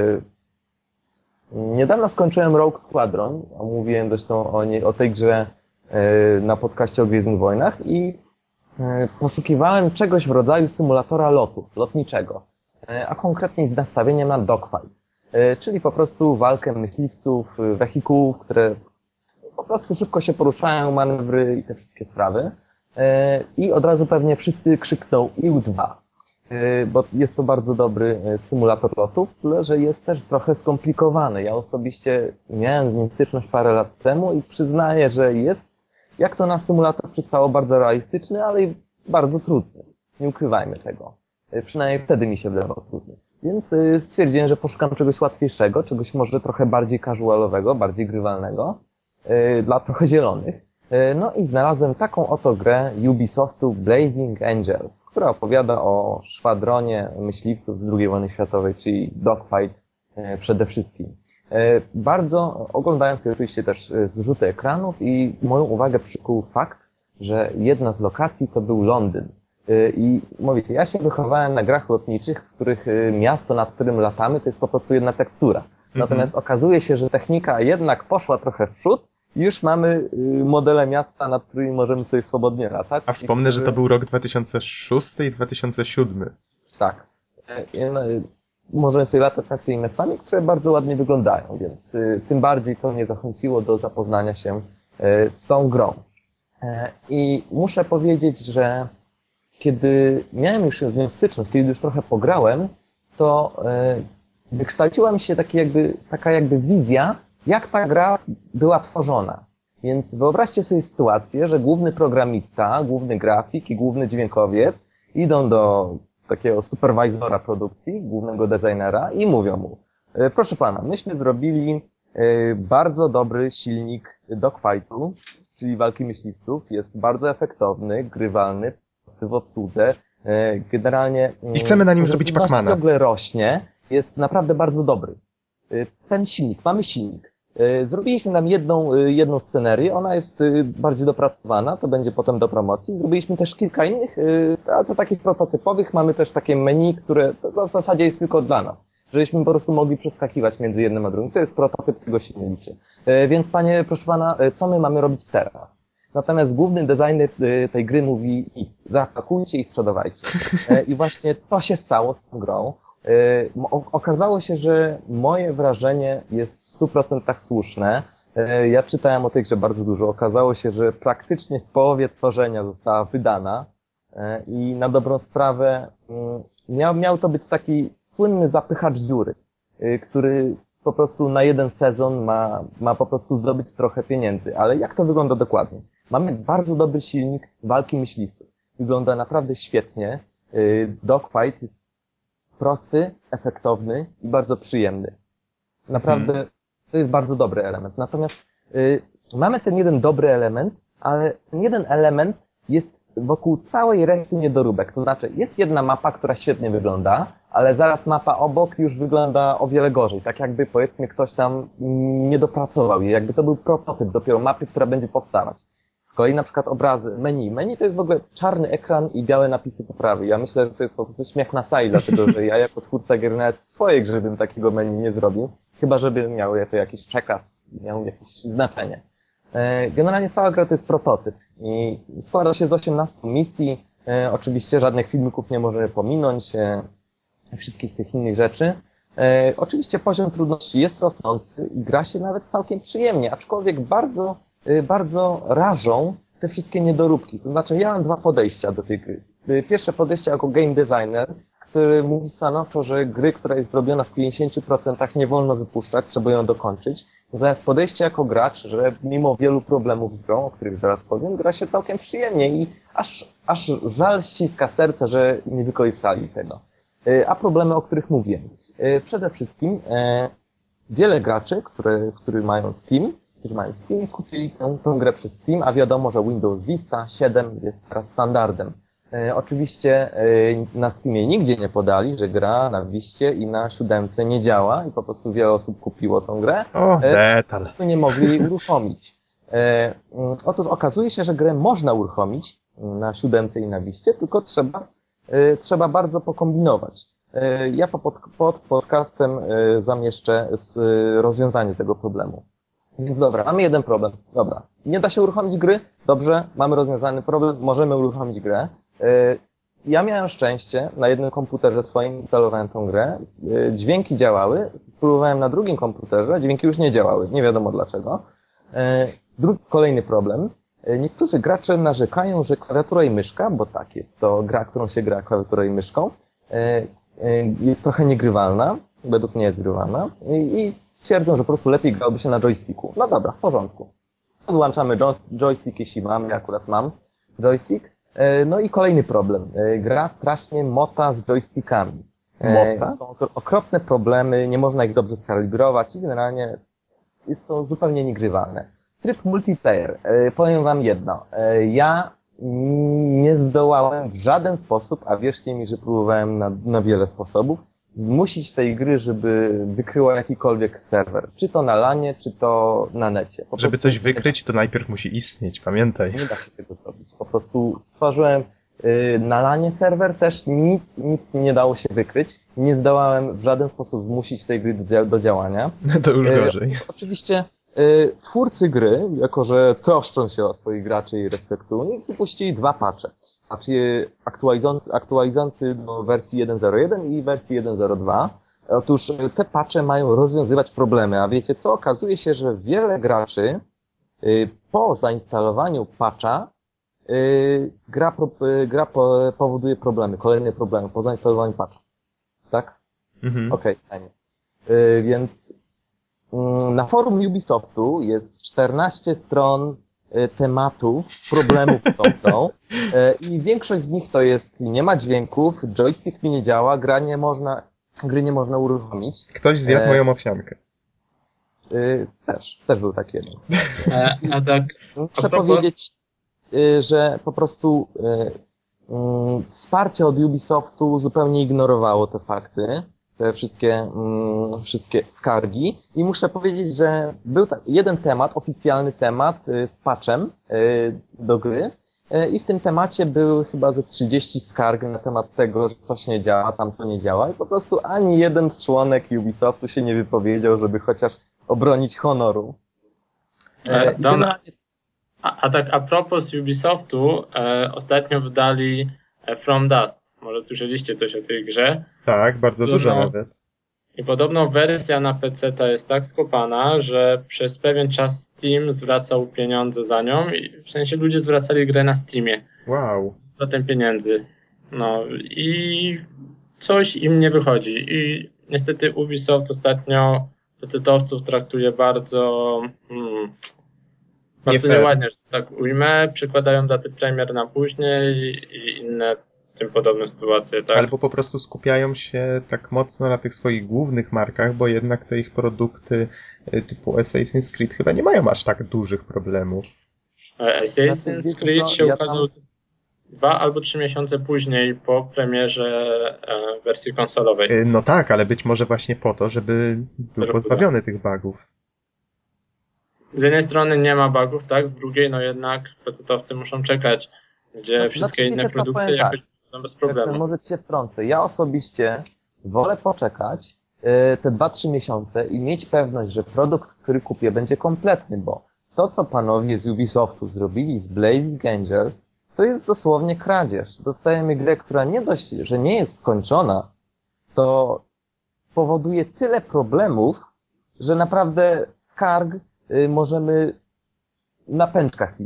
Speaker 3: Niedawno skończyłem Rogue Squadron, a mówiłem zresztą o tej grze na podcaście o Gwiezdnych Wojnach i poszukiwałem czegoś w rodzaju symulatora lotu, lotniczego, a konkretnie z nastawieniem na dogfight, czyli po prostu walkę myśliwców, wehikułów, które po prostu szybko się poruszają, manewry i te wszystkie sprawy. I od razu pewnie wszyscy krzykną IU-2, bo jest to bardzo dobry symulator lotów, tyle że jest też trochę skomplikowany. Ja osobiście miałem z nim styczność parę lat temu i przyznaję, że jest, jak to na symulator przystało, bardzo realistyczny, ale i bardzo trudny. Nie ukrywajmy tego. Przynajmniej wtedy mi się wydawał trudny. Więc stwierdziłem, że poszukam czegoś łatwiejszego, czegoś może trochę bardziej casualowego, bardziej grywalnego, dla trochę zielonych. No i znalazłem taką oto grę Ubisoftu Blazing Angels, która opowiada o szwadronie myśliwców z II wojny światowej, czyli dogfight przede wszystkim. Bardzo, oglądając oczywiście też zrzuty ekranów i moją uwagę przykuł fakt, że jedna z lokacji to był Londyn. I mówicie, ja się wychowałem na grach lotniczych, w których miasto, nad którym latamy, to jest po prostu jedna tekstura. Natomiast okazuje się, że technika jednak poszła trochę w przód i już mamy modele miasta, nad którymi możemy sobie swobodnie latać.
Speaker 1: A wspomnę, że to był rok 2006 i 2007.
Speaker 3: Tak. Możemy sobie latać nad tymi miastami, które bardzo ładnie wyglądają, więc tym bardziej to mnie zachęciło do zapoznania się z tą grą. I muszę powiedzieć, że kiedy miałem już z nią styczność, kiedy już trochę pograłem, to wykształciła mi się taka jakby wizja, jak ta gra była tworzona. Więc wyobraźcie sobie sytuację, że główny programista, główny grafik i główny dźwiękowiec idą do takiego superwizora produkcji, głównego designera i mówią mu: proszę pana, myśmy zrobili bardzo dobry silnik dogfightu, czyli walki myśliwców, jest bardzo efektowny, grywalny, prosty w obsłudze, generalnie...
Speaker 1: I chcemy na nim zrobić Pacmana.
Speaker 3: Ciągle rośnie, jest naprawdę bardzo dobry. Ten silnik, mamy silnik. Zrobiliśmy nam jedną scenerię, ona jest bardziej dopracowana, to będzie potem do promocji. Zrobiliśmy też kilka innych, ale to takich prototypowych. Mamy też takie menu, które to w zasadzie jest tylko dla nas, żebyśmy po prostu mogli przeskakiwać między jednym a drugim. To jest prototyp, tego się nie liczy. Więc panie, proszę pana, co my mamy robić teraz? Natomiast główny designer tej gry mówi: nic, zapakujcie i sprzedawajcie. I właśnie to się stało z tą grą. Okazało się, że moje wrażenie jest w 100% słuszne. Ja czytałem o tej grze bardzo dużo. Okazało się, że praktycznie w połowie tworzenia została wydana i na dobrą sprawę miał to być taki słynny zapychacz dziury, który po prostu na jeden sezon ma po prostu zdobyć trochę pieniędzy. Ale jak to wygląda dokładnie? Mamy bardzo dobry silnik walki myśliwców. Wygląda naprawdę świetnie. Dogfight jest prosty, efektowny i bardzo przyjemny. Naprawdę to jest bardzo dobry element. Natomiast mamy ten jeden dobry element, ale ten jeden element jest wokół całej reszty niedoróbek. To znaczy, jest jedna mapa, która świetnie wygląda, ale zaraz mapa obok już wygląda o wiele gorzej. Tak jakby, powiedzmy, ktoś tam nie dopracował jej. Jakby to był prototyp dopiero mapy, która będzie powstawać. Z kolei na przykład obrazy, menu. Menu to jest w ogóle czarny ekran i białe napisy po prawej. Ja myślę, że to jest po prostu śmiech na sali, dlatego że ja jako twórca gier nawet w swojej grze bym takiego menu nie zrobił. Chyba żeby miało to jakiś przekaz, miało jakieś znaczenie. Generalnie cała gra to jest prototyp i składa się z 18 misji. Oczywiście żadnych filmików nie możemy pominąć, wszystkich tych innych rzeczy. Oczywiście poziom trudności jest rosnący i gra się nawet całkiem przyjemnie, aczkolwiek bardzo rażą te wszystkie niedoróbki. To znaczy, ja mam dwa podejścia do tej gry. pierwsze podejście jako game designer, który mówi stanowczo, że gry, która jest zrobiona w 50% nie wolno wypuszczać, trzeba ją dokończyć. Natomiast podejście jako gracz, że mimo wielu problemów z grą, o których zaraz powiem, gra się całkiem przyjemnie i aż żal ściska serce, że nie wykorzystali tego. A problemy, o których mówiłem. Przede wszystkim wiele graczy, którzy mają Steam, kupili tę grę przez Steam, a wiadomo, że Windows Vista 7 jest teraz standardem. Oczywiście na Steamie nigdzie nie podali, że gra na Viście i na 7 nie działa i po prostu wiele osób kupiło tą grę.
Speaker 1: O, detal.
Speaker 3: Nie mogli jej uruchomić. Otóż okazuje się, że grę można uruchomić na 7 i na Viście, tylko trzeba bardzo pokombinować. Ja pod podcastem zamieszczę rozwiązanie tego problemu. Więc dobra, mamy jeden problem. Dobra, nie da się uruchomić gry? Dobrze, mamy rozwiązany problem, możemy uruchomić grę. Ja miałem szczęście, na jednym komputerze swoim instalowałem tą grę, dźwięki działały, spróbowałem na drugim komputerze, dźwięki już nie działały, nie wiadomo dlaczego. Kolejny problem. Niektórzy gracze narzekają, że klawiatura i myszka, bo tak, jest to gra, którą się gra klawiaturą i myszką, jest trochę niegrywalna, według mnie jest grywalna i twierdzą, że po prostu lepiej grałoby się na joysticku. No dobra, w porządku. Podłączamy joystick, jeśli mamy, ja akurat mam joystick. No i kolejny problem. Gra strasznie mota z joystickami.
Speaker 1: Mota?
Speaker 3: Są okropne problemy, nie można ich dobrze skalibrować i generalnie jest to zupełnie niegrywalne. Tryb multiplayer. Powiem wam jedno. Ja nie zdołałem w żaden sposób, a wierzcie mi, że próbowałem na wiele sposobów, zmusić tej gry, żeby wykryła jakikolwiek serwer. Czy to na LANie, czy to na necie.
Speaker 1: Żeby coś wykryć, to najpierw musi istnieć, pamiętaj.
Speaker 3: Nie da się tego zrobić. Po prostu stworzyłem na LANie serwer, też nic nie dało się wykryć. Nie zdołałem w żaden sposób zmusić tej gry do działania.
Speaker 1: To już gorzej.
Speaker 3: Oczywiście twórcy gry, jako że troszczą się o swoich graczy i respektują ich, wypuścili 2 patche. Aktualizujący do wersji 1.0.1 i wersji 1.0.2. Otóż te patche mają rozwiązywać problemy, a wiecie co? Okazuje się, że wiele po zainstalowaniu patcha gra powoduje problemy, kolejne problemy po zainstalowaniu patcha. Tak? Okej, fajnie. Więc na forum Ubisoftu jest 14 stron tematów, problemów z tą grą i większość z nich to jest nie ma dźwięków, joystick mi nie działa, gry nie można uruchomić.
Speaker 1: Ktoś zjadł moją owsiankę.
Speaker 3: Też był taki jeden.
Speaker 2: A tak,
Speaker 3: Muszę powiedzieć, że po prostu wsparcie od Ubisoftu zupełnie ignorowało te fakty, te wszystkie skargi i muszę powiedzieć, że był jeden temat, oficjalny temat z patchem do gry i w tym temacie były chyba ze 30 skarg na temat tego, że coś nie działa, tamto nie działa i po prostu ani jeden członek Ubisoftu się nie wypowiedział, żeby chociaż obronić honoru.
Speaker 2: A tak a propos Ubisoftu, ostatnio wydali From Dust. Może słyszeliście coś o tej grze?
Speaker 1: Tak, bardzo dużo nawet.
Speaker 2: I podobno wersja na PC jest tak skopana, że przez pewien czas Steam zwracał pieniądze za nią, w sensie ludzie zwracali grę na Steamie.
Speaker 1: Wow.
Speaker 2: Z zwrotem pieniędzy. No i coś im nie wychodzi. I niestety Ubisoft ostatnio PC-owców traktuje bardzo nieładnie, że tak ujmę. Przykładają daty premier na później i inne tym podobne sytuacje, tak?
Speaker 1: Albo po prostu skupiają się tak mocno na tych swoich głównych markach, bo jednak te ich produkty typu Assassin's Creed chyba nie mają aż tak dużych problemów.
Speaker 2: Assassin's Creed się ukazał 2 albo 3 miesiące później po premierze wersji konsolowej.
Speaker 1: No tak, ale być może właśnie po to, żeby był pozbawiony tych bugów.
Speaker 2: Z jednej strony nie ma bugów, tak? Z drugiej, no jednak PC-owcy muszą czekać, gdzie wszystkie inne produkcje jakoś będą bez problemu.
Speaker 3: Może cię wtrącę. Ja osobiście wolę poczekać te 2-3 miesiące i mieć pewność, że produkt, który kupię, będzie kompletny, bo to, co panowie z Ubisoftu zrobili z Blazing Angels, to jest dosłownie kradzież. Dostajemy grę, która nie dość, że nie jest skończona, to powoduje tyle problemów, że naprawdę skarg możemy na pęczkach liczyć.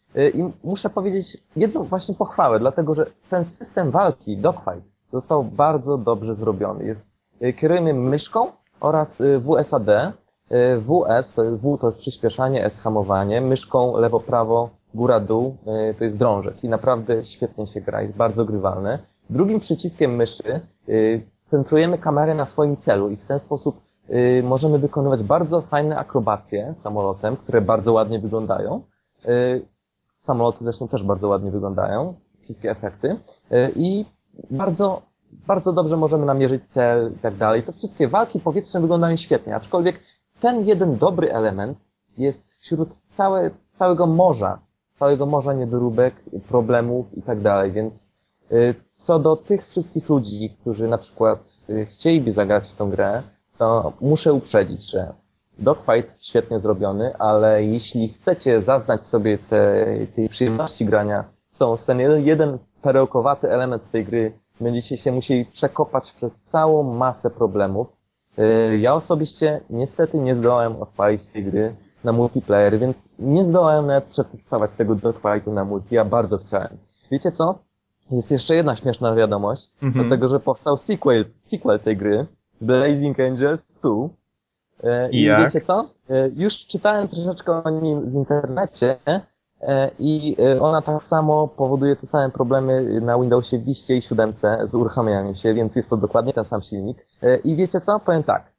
Speaker 3: I muszę powiedzieć jedną właśnie pochwałę, dlatego że ten system walki, dogfight, został bardzo dobrze zrobiony. Kierujemy myszką oraz WSAD. W to jest przyspieszanie, S hamowanie, myszką lewo-prawo, góra-dół to jest drążek i naprawdę świetnie się gra, jest bardzo grywalny. Drugim przyciskiem myszy centrujemy kamerę na swoim celu i w ten sposób możemy wykonywać bardzo fajne akrobacje samolotem, które bardzo ładnie wyglądają. Samoloty zresztą też bardzo ładnie wyglądają, wszystkie efekty i bardzo, bardzo dobrze możemy namierzyć cel i tak dalej. To wszystkie walki powietrzne wyglądają świetnie, aczkolwiek ten jeden dobry element jest wśród całego morza niedoróbek, problemów i tak dalej, więc co do tych wszystkich ludzi, którzy na przykład chcieliby zagrać w tą grę, to muszę uprzedzić, że dogfight świetnie zrobiony, ale jeśli chcecie zaznać sobie tej przyjemności grania w ten jeden perełkowaty element tej gry, będziecie się musieli przekopać przez całą masę problemów. Ja osobiście niestety nie zdołałem odpalić tej gry na multiplayer, więc nie zdołałem nawet przetestować tego dogfightu na multi, ja bardzo chciałem. Wiecie co? Jest jeszcze jedna śmieszna wiadomość, dlatego że powstał sequel tej gry, Blazing Angels 2. I wiecie co? Już czytałem troszeczkę o nim w internecie i ona tak samo powoduje te same problemy na Windowsie Viście i 7 z uruchamianiem się, więc jest to dokładnie ten sam silnik. I wiecie co? Powiem tak.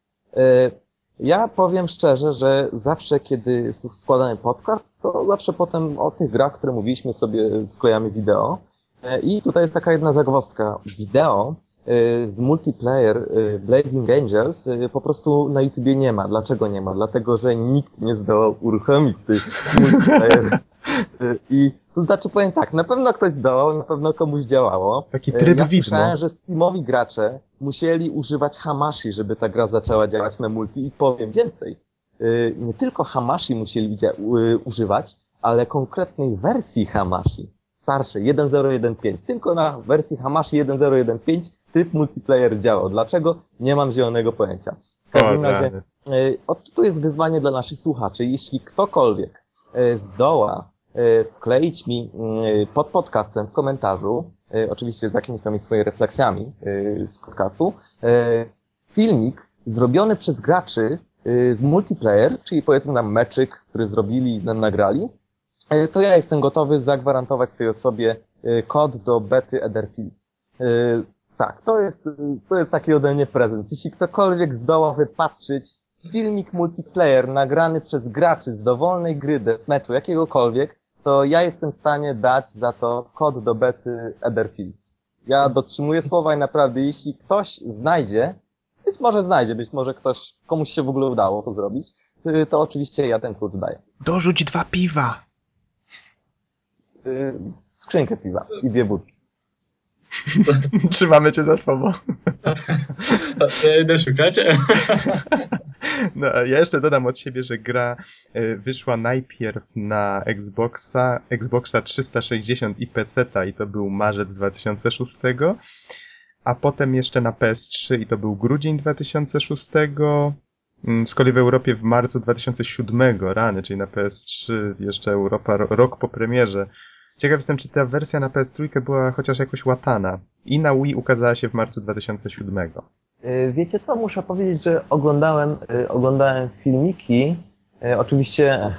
Speaker 3: Ja powiem szczerze, że zawsze kiedy składamy podcast, to zawsze potem o tych grach, które mówiliśmy sobie, wklejamy wideo. I tutaj jest taka jedna zagwozdka. Wideo z multiplayer Blazing Angels po prostu na YouTubie nie ma. Dlaczego nie ma? Dlatego, że nikt nie zdołał uruchomić tej multiplayer. I to znaczy powiem tak, na pewno ktoś zdołał, na pewno komuś działało.
Speaker 1: Taki tryb widmo.
Speaker 3: Słyszałem, że Steamowi gracze musieli używać Hamashi, żeby ta gra zaczęła działać na multi i powiem więcej. Nie tylko Hamashi musieli używać, ale konkretnej wersji Hamashi. Starszej, 1.0.1.5. Tylko na wersji Hamashi 1.0.1.5 tryb multiplayer działał. Dlaczego? Nie mam zielonego pojęcia. W każdym razie, tu jest wyzwanie dla naszych słuchaczy. Jeśli ktokolwiek zdoła wkleić mi pod podcastem w komentarzu, oczywiście z jakimiś tam swoimi refleksjami z podcastu, filmik zrobiony przez graczy z multiplayer, czyli powiedzmy nam meczyk, który zrobili, nam nagrali, to ja jestem gotowy zagwarantować tej osobie kod do bety Etherfields. Tak, to jest taki ode mnie prezent. Jeśli ktokolwiek zdoła wypatrzyć filmik multiplayer nagrany przez graczy z dowolnej gry deathmatchu jakiegokolwiek, to ja jestem w stanie dać za to kod do bety Etherfields. Ja dotrzymuję słowa i naprawdę, jeśli ktoś znajdzie, być może komuś się w ogóle udało to zrobić, to oczywiście ja ten kod daję.
Speaker 1: Dorzuć 2 piwa!
Speaker 3: Skrzynkę piwa i 2 wódki.
Speaker 1: Trzymamy cię za słowo.
Speaker 2: Ja idę szukać.
Speaker 1: No, ja jeszcze dodam od siebie, że gra wyszła najpierw na Xboxa 360 i PC-ta i to był marzec 2006, a potem jeszcze na PS3 i to był grudzień 2006, z kolei w Europie w marcu 2007, czyli na PS3 jeszcze Europa rok po premierze. Ciekaw jestem, czy ta wersja na PS3 była chociaż jakoś łatana. I na Wii ukazała się w marcu 2007.
Speaker 3: Wiecie co? Muszę powiedzieć, że oglądałem filmiki, oczywiście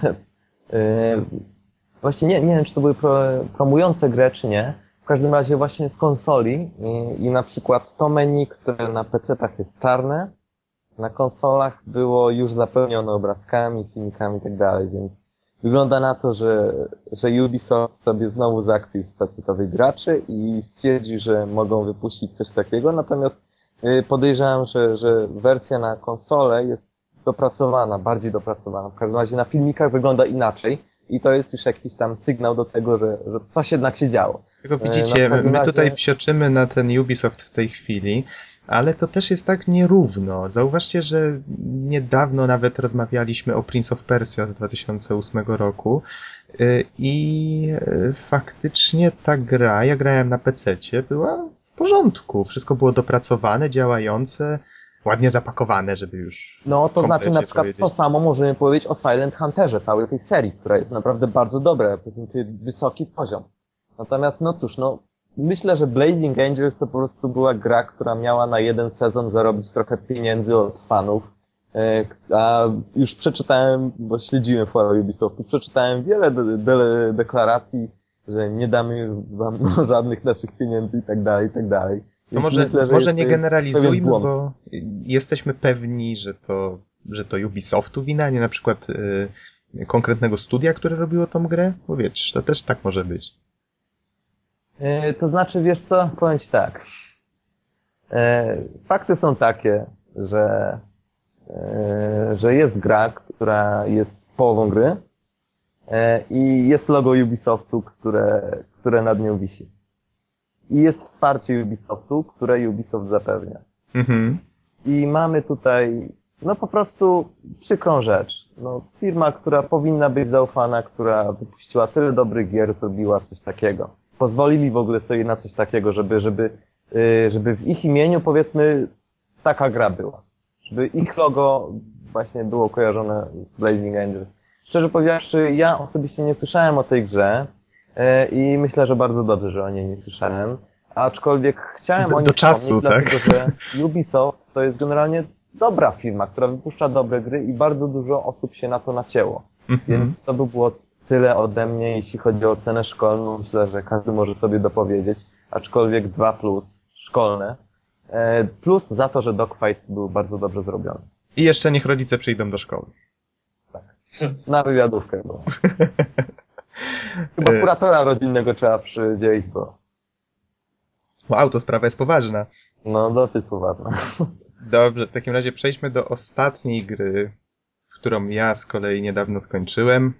Speaker 3: właśnie nie wiem, czy to były promujące grę, czy nie. W każdym razie właśnie z konsoli i na przykład to menu, które na PC-tach jest czarne, na konsolach było już zapełnione obrazkami, filmikami i tak dalej, więc wygląda na to, że Ubisoft sobie znowu zakpił z PC-towych graczy i stwierdził, że mogą wypuścić coś takiego, natomiast podejrzewam, że wersja na konsolę jest dopracowana, bardziej dopracowana. W każdym razie na filmikach wygląda inaczej i to jest już jakiś tam sygnał do tego, że coś jednak się działo.
Speaker 1: Tylko widzicie, my tutaj psioczymy na ten Ubisoft w tej chwili, ale to też jest tak nierówno. Zauważcie, że niedawno nawet rozmawialiśmy o Prince of Persia z 2008 roku i faktycznie ta gra, ja grałem na PC-cie, była w porządku. Wszystko było dopracowane, działające, ładnie zapakowane, żeby już
Speaker 3: No, to znaczy na przykład
Speaker 1: powiedzieć.
Speaker 3: to samo możemy powiedzieć o Silent Hunterze, całej tej serii, która jest naprawdę bardzo dobra, prezentuje wysoki poziom. Natomiast, no cóż, no, myślę, że Blazing Angels to po prostu była gra, która miała na jeden sezon zarobić trochę pieniędzy od fanów. A już przeczytałem, bo śledziłem fora Ubisoftu, przeczytałem wiele deklaracji, że nie damy wam żadnych naszych pieniędzy i tak dalej, i tak dalej.
Speaker 1: To może nie generalizujmy, bo jesteśmy pewni, że to Ubisoftu wina, nie na przykład konkretnego studia, które robiło tą grę? Bo wiesz, to też tak może być.
Speaker 3: To znaczy, wiesz co, powiem ci tak. Fakty są takie, że jest gra, która jest połową gry i jest logo Ubisoftu, które nad nią wisi. I jest wsparcie Ubisoftu, które Ubisoft zapewnia.
Speaker 1: Mhm.
Speaker 3: I mamy tutaj, no po prostu przykrą rzecz. No, firma, która powinna być zaufana, która wypuściła tyle dobrych gier, zrobiła coś takiego. Pozwolili w ogóle sobie na coś takiego, żeby w ich imieniu, powiedzmy, taka gra była. Żeby ich logo właśnie było kojarzone z Blazing Angels. Szczerze powiedziawszy, ja osobiście nie słyszałem o tej grze i myślę, że bardzo dobrze, że o niej nie słyszałem. Aczkolwiek chciałem o niej wspomnieć, dlatego że Ubisoft to jest generalnie dobra firma, która wypuszcza dobre gry i bardzo dużo osób się na to nacięło. Więc to by było tyle ode mnie, jeśli chodzi o cenę szkolną. Myślę, że każdy może sobie dopowiedzieć. Aczkolwiek 2+ szkolne. Plus za to, że Dogfight był bardzo dobrze zrobiony.
Speaker 1: I jeszcze niech rodzice przyjdą do szkoły.
Speaker 3: Tak. Na wywiadówkę, bo chyba kuratora rodzinnego trzeba przydzielić, bo
Speaker 1: wow, to sprawa jest poważna.
Speaker 3: no, dosyć poważna.
Speaker 1: Dobrze, w takim razie przejdźmy do ostatniej gry, którą ja z kolei niedawno skończyłem.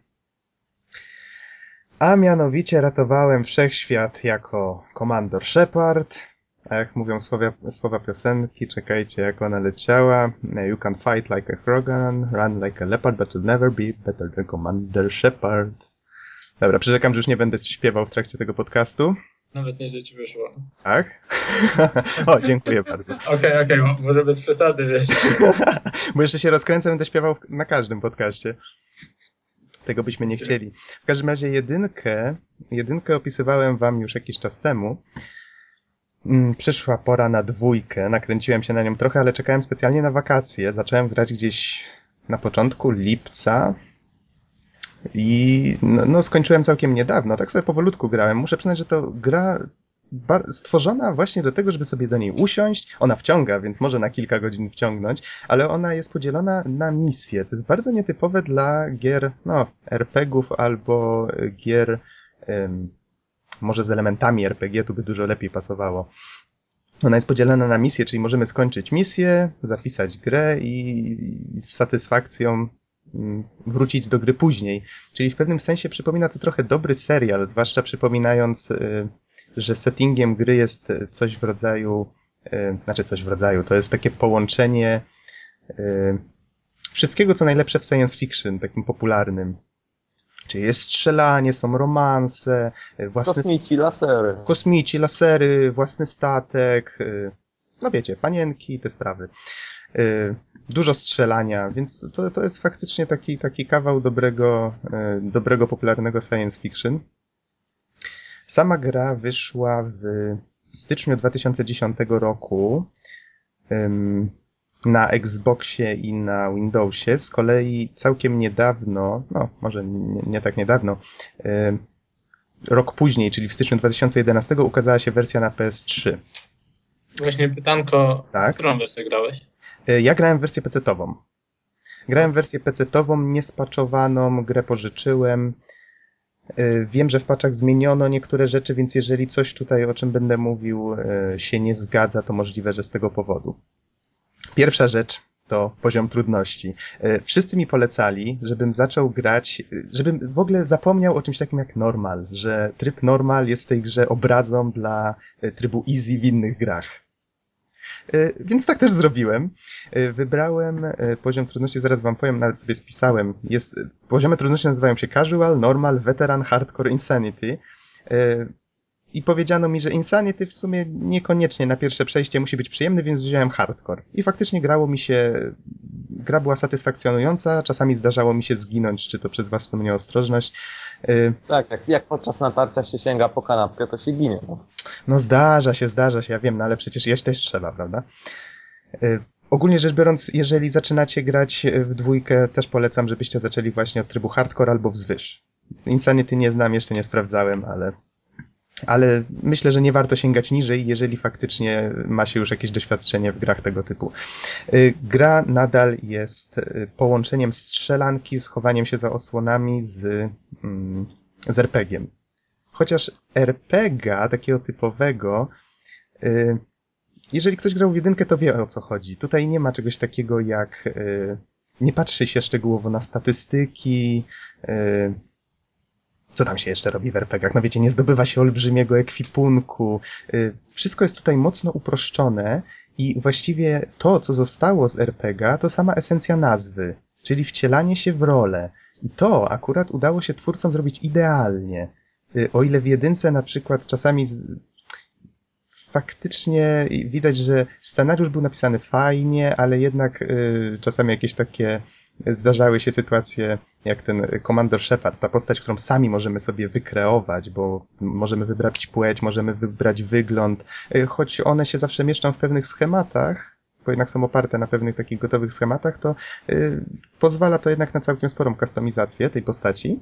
Speaker 1: A mianowicie ratowałem wszechświat jako Commander Shepard. A jak mówią słowa piosenki, czekajcie jak ona leciała. You can fight like a Krogan, run like a leopard, but you'll never be better than Commander Shepard. Dobra, przyrzekam, że już nie będę śpiewał w trakcie tego podcastu.
Speaker 2: Nawet nieźle ci wyszło.
Speaker 1: Tak? O, dziękuję bardzo.
Speaker 2: Okej, może bez przesady, wiesz.
Speaker 1: Bo jeszcze się rozkręcę, będę śpiewał na każdym podcaście. Tego byśmy nie chcieli. W każdym razie jedynkę opisywałem wam już jakiś czas temu. Przyszła pora na 2. Nakręciłem się na nią trochę, ale czekałem specjalnie na wakacje. Zacząłem grać gdzieś na początku lipca. I no skończyłem całkiem niedawno, tak sobie powolutku grałem. Muszę przyznać, że to gra stworzona właśnie do tego, żeby sobie do niej usiąść. Ona wciąga, więc może na kilka godzin wciągnąć, ale ona jest podzielona na misje, co jest bardzo nietypowe dla gier, RPG-ów albo gier może z elementami RPG, tu by dużo lepiej pasowało. Ona jest podzielona na misje, czyli możemy skończyć misję, zapisać grę i z satysfakcją wrócić do gry później. Czyli w pewnym sensie przypomina to trochę dobry serial, zwłaszcza przypominając, że settingiem gry jest coś w rodzaju, to jest takie połączenie wszystkiego, co najlepsze w science fiction, takim popularnym. Czyli jest strzelanie, są romanse, kosmici, lasery, własny statek, no wiecie, panienki i te sprawy. Dużo strzelania, więc to jest faktycznie taki kawał dobrego, popularnego science fiction. Sama gra wyszła w styczniu 2010 roku na Xboxie i na Windowsie. Z kolei całkiem niedawno, może nie tak niedawno, rok później, czyli w styczniu 2011 ukazała się wersja na PS3.
Speaker 2: Właśnie pytanko,
Speaker 1: tak?
Speaker 2: Którą wersję grałeś?
Speaker 1: Ja grałem w wersję PC-tową. Grałem w wersję PC-tową, niespatchowaną, grę pożyczyłem. Wiem, że w patchach zmieniono niektóre rzeczy, więc jeżeli coś tutaj, o czym będę mówił, się nie zgadza, to możliwe, że z tego powodu. Pierwsza rzecz to poziom trudności. Wszyscy mi polecali, żebym zaczął grać, żebym w ogóle zapomniał o czymś takim jak normal, że tryb normal jest w tej grze obrazą dla trybu easy w innych grach. Więc tak też zrobiłem. Wybrałem poziom trudności, zaraz wam powiem, nawet sobie spisałem. Poziomy trudności nazywają się Casual, Normal, Veteran, Hardcore, Insanity. i powiedziano mi, że Insanity w sumie niekoniecznie na pierwsze przejście musi być przyjemny, więc wziąłem hardcore. I faktycznie grało mi się, gra była satysfakcjonująca, czasami zdarzało mi się zginąć, czy to przez własną nieostrożność.
Speaker 3: Tak, jak podczas natarcia się sięga po kanapkę, to się ginie.
Speaker 1: No zdarza się, ja wiem, no ale przecież jeść też trzeba, prawda? Ogólnie rzecz biorąc, jeżeli zaczynacie grać w dwójkę, też polecam, żebyście zaczęli właśnie od trybu hardcore albo wzwyż. Insanity nie znam, jeszcze nie sprawdzałem, ale myślę, że nie warto sięgać niżej, jeżeli faktycznie ma się już jakieś doświadczenie w grach tego typu. Gra nadal jest połączeniem strzelanki z chowaniem się za osłonami z RPG-iem. Chociaż RPG takiego typowego, jeżeli ktoś grał w jedynkę, to wie, o co chodzi. Tutaj nie ma czegoś takiego jak nie patrzy się szczegółowo na statystyki, co tam się jeszcze robi w RPG-ach? No wiecie, nie zdobywa się olbrzymiego ekwipunku. Wszystko jest tutaj mocno uproszczone i właściwie to, co zostało z RPG, to sama esencja nazwy, czyli wcielanie się w rolę. I to akurat udało się twórcom zrobić idealnie. O ile w jedynce na przykład czasami faktycznie widać, że scenariusz był napisany fajnie, ale jednak czasami jakieś takie zdarzały się sytuacje jak ten Komandor Shepard, ta postać, którą sami możemy sobie wykreować, bo możemy wybrać płeć, możemy wybrać wygląd, choć one się zawsze mieszczą w pewnych schematach, bo jednak są oparte na pewnych takich gotowych schematach, to pozwala to jednak na całkiem sporą kustomizację tej postaci.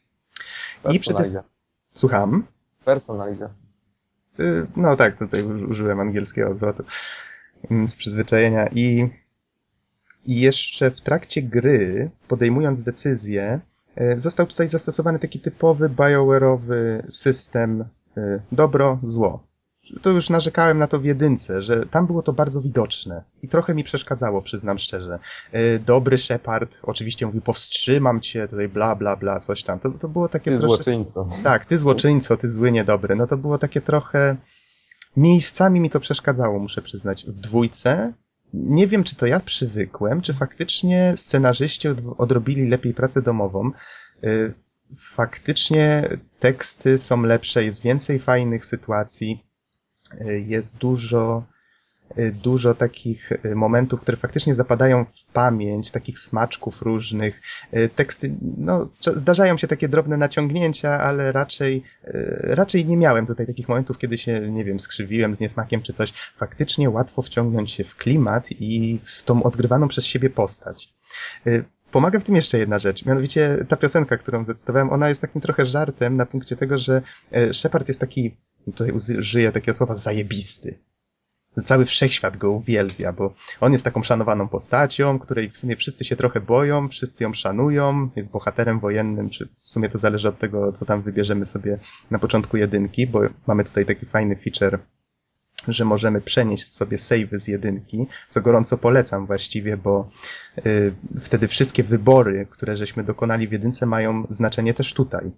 Speaker 1: Słucham?
Speaker 3: Personalizacja.
Speaker 1: No tak, tutaj użyłem angielskiego odwrotu z przyzwyczajenia i jeszcze w trakcie gry, podejmując decyzję, został tutaj zastosowany taki typowy BioWare'owy system dobro, zło. To już narzekałem na to w jedynce, że tam było to bardzo widoczne i trochę mi przeszkadzało, przyznam szczerze. Dobry Shepard oczywiście mówił, powstrzymam cię, tutaj bla, bla, bla, coś tam. To było takie
Speaker 3: ty
Speaker 1: troszkę...
Speaker 3: złoczyńco.
Speaker 1: Tak, ty złoczyńco, ty zły, niedobry. No to było takie trochę... Miejscami mi to przeszkadzało, muszę przyznać. W dwójce nie wiem, czy to ja przywykłem, czy faktycznie scenarzyści odrobili lepiej pracę domową. Faktycznie teksty są lepsze, jest więcej fajnych sytuacji, jest dużo takich momentów, które faktycznie zapadają w pamięć, takich smaczków różnych. Teksty, no, zdarzają się takie drobne naciągnięcia, ale raczej nie miałem tutaj takich momentów, kiedy się, nie wiem, skrzywiłem z niesmakiem czy coś. Faktycznie łatwo wciągnąć się w klimat i w tą odgrywaną przez siebie postać. Pomaga w tym jeszcze jedna rzecz, mianowicie ta piosenka, którą zacytowałem, ona jest takim trochę żartem na punkcie tego, że Shepard jest taki, tutaj użyję takiego słowa, zajebisty. Cały wszechświat go uwielbia, bo on jest taką szanowaną postacią, której w sumie wszyscy się trochę boją, wszyscy ją szanują, jest bohaterem wojennym, czy w sumie to zależy od tego, co tam wybierzemy sobie na początku jedynki, bo mamy tutaj taki fajny feature, że możemy przenieść sobie save'y z jedynki, co gorąco polecam właściwie, bo wtedy wszystkie wybory, które żeśmy dokonali w jedynce, mają znaczenie też tutaj.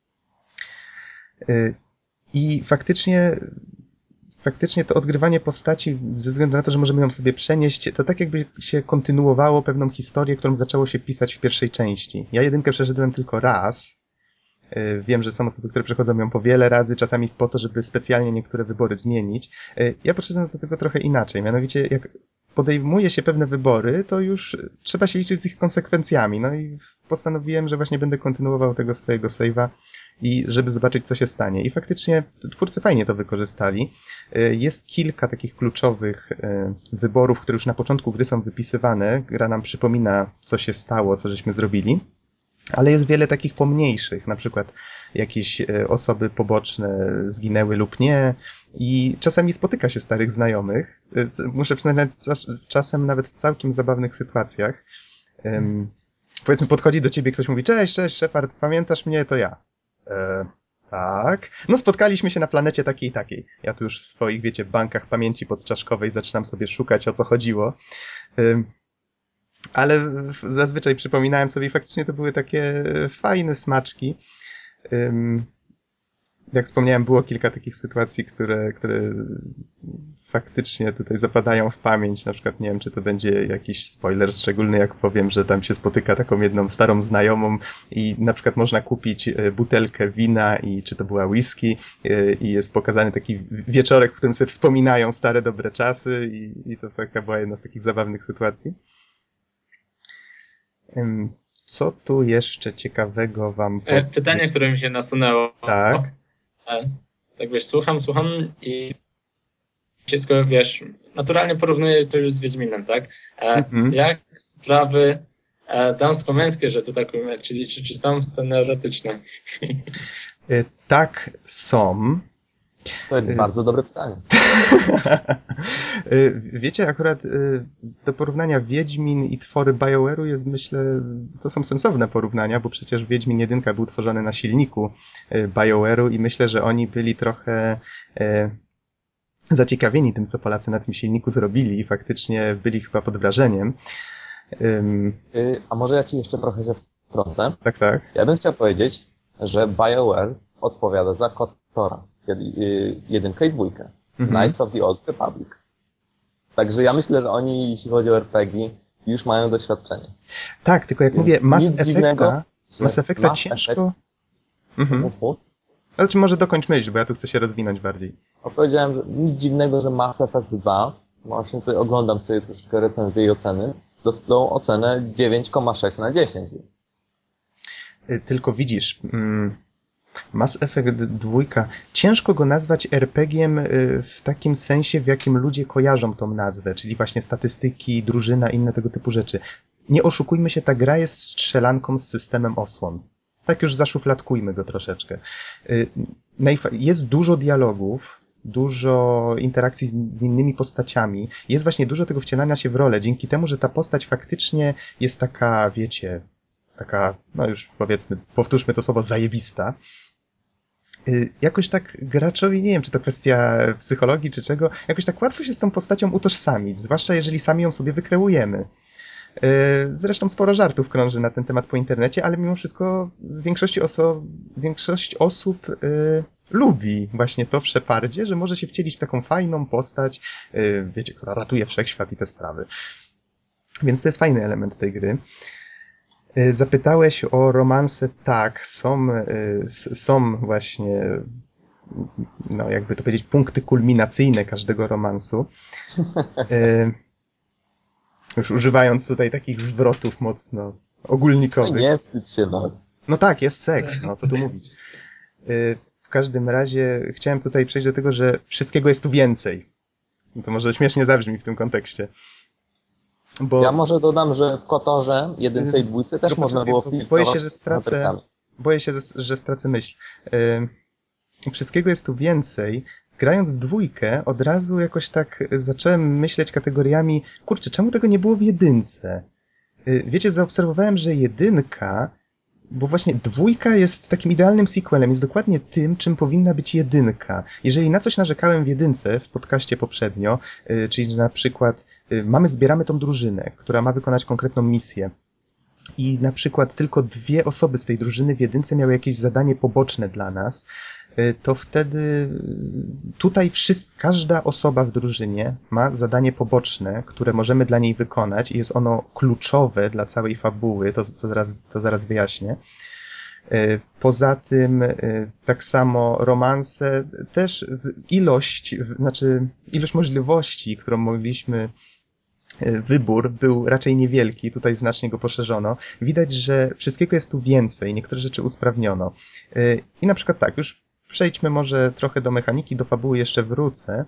Speaker 1: I faktycznie to odgrywanie postaci, ze względu na to, że możemy ją sobie przenieść, to tak jakby się kontynuowało pewną historię, którą zaczęło się pisać w pierwszej części. Ja jedynkę przeszedłem tylko raz. Wiem, że są osoby, które przechodzą ją po wiele razy, czasami po to, żeby specjalnie niektóre wybory zmienić. Ja podszedłem do tego trochę inaczej. Mianowicie, jak podejmuje się pewne wybory, to już trzeba się liczyć z ich konsekwencjami. No i postanowiłem, że właśnie będę kontynuował tego swojego save'a i żeby zobaczyć, co się stanie. I faktycznie twórcy fajnie to wykorzystali. Jest kilka takich kluczowych wyborów, które już na początku gry są wypisywane. Gra nam przypomina, co się stało, co żeśmy zrobili. Ale jest wiele takich pomniejszych, na przykład jakieś osoby poboczne zginęły lub nie i czasami spotyka się starych znajomych. Muszę przyznać, czasem nawet w całkiem zabawnych sytuacjach. Powiedzmy, podchodzi do ciebie ktoś mówi, cześć Shepard, pamiętasz mnie? To ja. Tak. No spotkaliśmy się na planecie takiej i takiej. Ja tu już w swoich, wiecie, bankach pamięci podczaszkowej zaczynam sobie szukać, o co chodziło. Ale zazwyczaj przypominałem sobie i faktycznie to były takie fajne smaczki. jak wspomniałem, było kilka takich sytuacji, które faktycznie tutaj zapadają w pamięć. Na przykład nie wiem, czy to będzie jakiś spoiler szczególny, jak powiem, że tam się spotyka taką jedną starą znajomą i na przykład można kupić butelkę wina i czy to była whisky i jest pokazany taki wieczorek, w którym sobie wspominają stare dobre czasy i to taka była jedna z takich zabawnych sytuacji. Co tu jeszcze ciekawego wam powiedzieć?
Speaker 2: Pytanie, które mi się nasunęło.
Speaker 1: Tak.
Speaker 2: Tak wiesz, słucham i wszystko, wiesz, naturalnie porównuję to już z Wiedźminem, tak? Jak sprawy damsko-męskie, że to tak ujmę, czyli czy są sceny erotyczne?
Speaker 1: Tak, są.
Speaker 3: To jest bardzo dobre pytanie.
Speaker 1: Wiecie, akurat do porównania Wiedźmin i twory BioWare'u jest, myślę, to są sensowne porównania, bo przecież Wiedźmin 1 był tworzony na silniku BioWare'u i myślę, że oni byli trochę zaciekawieni tym, co Polacy na tym silniku zrobili i faktycznie byli chyba pod wrażeniem.
Speaker 3: A może ja ci jeszcze trochę się wtrącę?
Speaker 1: Tak, tak.
Speaker 3: Ja bym chciał powiedzieć, że BioWare odpowiada za KOTORa, jedynkę i dwójkę. Knights of the Old Republic. Także ja myślę, że oni, jeśli chodzi o RPG, już mają doświadczenie.
Speaker 1: Tak, tylko jak
Speaker 3: Więc
Speaker 1: mówię, Mass
Speaker 3: Mass
Speaker 1: Effecta ciężko... Ale czy może dokończ myśl, bo ja tu chcę się rozwinąć bardziej.
Speaker 3: Powiedziałem, że nic dziwnego, że Mass Effect 2, właśnie tutaj oglądam sobie troszeczkę recenzje i oceny, dostał ocenę 9,6 na 10.
Speaker 1: Tylko widzisz, Mass Effect 2, ciężko go nazwać RPG-iem w takim sensie, w jakim ludzie kojarzą tą nazwę, czyli właśnie statystyki, drużyna, inne tego typu rzeczy. Nie oszukujmy się, ta gra jest strzelanką z systemem osłon. Tak już zaszufladkujmy go troszeczkę. Jest dużo dialogów, dużo interakcji z innymi postaciami. Jest właśnie dużo tego wcielania się w rolę, dzięki temu, że ta postać faktycznie jest taka, wiecie, taka, no już powiedzmy, powtórzmy to słowo, zajebista. Jakoś tak graczowi, nie wiem, czy to kwestia psychologii, czy czego, jakoś tak łatwo się z tą postacią utożsamić, zwłaszcza jeżeli sami ją sobie wykreujemy. Zresztą sporo żartów krąży na ten temat po internecie, ale mimo wszystko większość osób lubi właśnie to w Shepardzie, że może się wcielić w taką fajną postać, wiecie, która ratuje wszechświat i te sprawy. Więc to jest fajny element tej gry. Zapytałeś o romanse. Tak, są właśnie, no jakby to powiedzieć, punkty kulminacyjne każdego romansu. Już używając tutaj takich zwrotów mocno ogólnikowych.
Speaker 3: No nie wstydź się nas.
Speaker 1: No tak, jest seks, no co tu mówić. W każdym razie chciałem tutaj przejść do tego, że wszystkiego jest tu więcej. To może śmiesznie zabrzmi w tym kontekście. Bo...
Speaker 3: Ja może dodam, że w KOTORze, jedynce i dwójce też można było filtrować.
Speaker 1: Boję się, że stracę myśl. Wszystkiego jest tu więcej. Grając w dwójkę, od razu jakoś tak zacząłem myśleć kategoriami, kurczę, czemu tego nie było w jedynce? Wiecie, zaobserwowałem, że jedynka, bo właśnie dwójka jest takim idealnym sequelem, jest dokładnie tym, czym powinna być jedynka. Jeżeli na coś narzekałem w jedynce, w podcaście poprzednio, czyli na przykład zbieramy tą drużynę, która ma wykonać konkretną misję i na przykład tylko 2 osoby z tej drużyny w jedynce miały jakieś zadanie poboczne dla nas, to wtedy tutaj każda osoba w drużynie ma zadanie poboczne, które możemy dla niej wykonać i jest ono kluczowe dla całej fabuły, to zaraz wyjaśnię. Poza tym tak samo romanse, też ilość możliwości, którą mogliśmy wybór był raczej niewielki, tutaj znacznie go poszerzono. Widać, że wszystkiego jest tu więcej, niektóre rzeczy usprawniono. I na przykład tak, już przejdźmy może trochę do mechaniki, do fabuły jeszcze wrócę.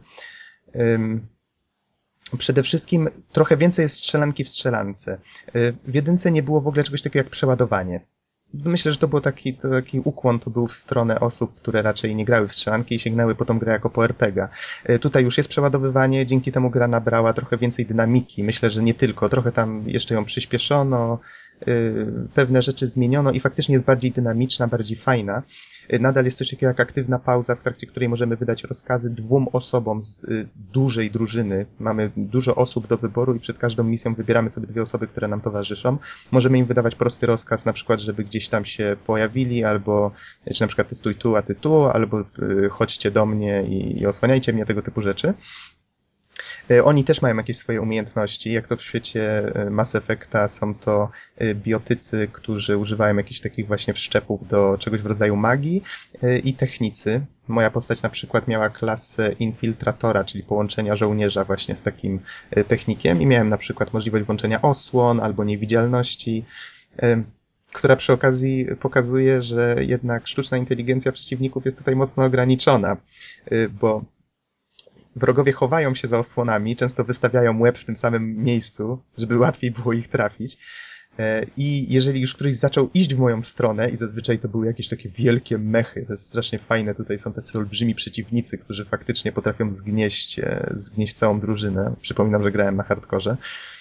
Speaker 1: Przede wszystkim trochę więcej jest strzelanki w strzelance. W jedynce nie było w ogóle czegoś takiego jak przeładowanie. Myślę, że to był taki ukłon, to był w stronę osób, które raczej nie grały w strzelanki i sięgnęły po tą grę jako po RPG. Tutaj już jest przeładowywanie, dzięki temu gra nabrała trochę więcej dynamiki. Myślę, że nie tylko, trochę tam jeszcze ją przyspieszono, pewne rzeczy zmieniono i faktycznie jest bardziej dynamiczna, bardziej fajna. Nadal jest coś takiego jak aktywna pauza, w trakcie której możemy wydać rozkazy 2 osobom z dużej drużyny. Mamy dużo osób do wyboru i przed każdą misją wybieramy sobie 2 osoby, które nam towarzyszą. Możemy im wydawać prosty rozkaz, na przykład, żeby gdzieś tam się pojawili, albo czy na przykład ty stój tu, a ty tu, albo chodźcie do mnie i osłaniajcie mnie, tego typu rzeczy. Oni też mają jakieś swoje umiejętności, jak to w świecie Mass Effecta są to biotycy, którzy używają jakichś takich właśnie wszczepów do czegoś w rodzaju magii i technicy. Moja postać na przykład miała klasę infiltratora, czyli połączenia żołnierza właśnie z takim technikiem i miałem na przykład możliwość włączenia osłon albo niewidzialności, która przy okazji pokazuje, że jednak sztuczna inteligencja przeciwników jest tutaj mocno ograniczona, bo wrogowie chowają się za osłonami, często wystawiają łeb w tym samym miejscu, żeby łatwiej było ich trafić. I jeżeli już któryś zaczął iść w moją stronę, i zazwyczaj to były jakieś takie wielkie mechy, to jest strasznie fajne, tutaj są tacy olbrzymi przeciwnicy, którzy faktycznie potrafią zgnieść całą drużynę. Przypominam, że grałem na hardkorze.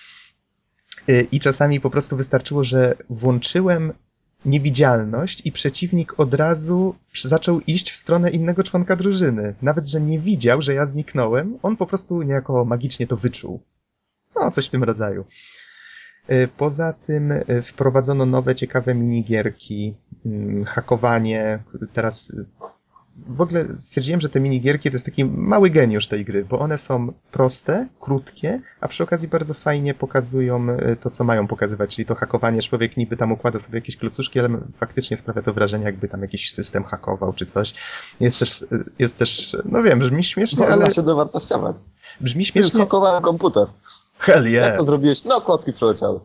Speaker 1: I czasami po prostu wystarczyło, że włączyłem niewidzialność i przeciwnik od razu zaczął iść w stronę innego członka drużyny. Nawet, że nie widział, że ja zniknąłem, on po prostu niejako magicznie to wyczuł. No, coś w tym rodzaju. Poza tym wprowadzono nowe, ciekawe minigierki, hakowanie. Teraz w ogóle stwierdziłem, że te minigierki to jest taki mały geniusz tej gry, bo one są proste, krótkie, a przy okazji bardzo fajnie pokazują to, co mają pokazywać, czyli to hakowanie. Człowiek niby tam układa sobie jakieś klocuszki, ale faktycznie sprawia to wrażenie, jakby tam jakiś system hakował czy coś. Jest też, no wiem, brzmi śmiesznie,
Speaker 3: Można
Speaker 1: ale...
Speaker 3: się dowartościować.
Speaker 1: Brzmi śmiesznie.
Speaker 3: Zhakowałem komputer.
Speaker 1: Hell yeah.
Speaker 3: Jak to zrobiłeś? No, klocki przeleciały.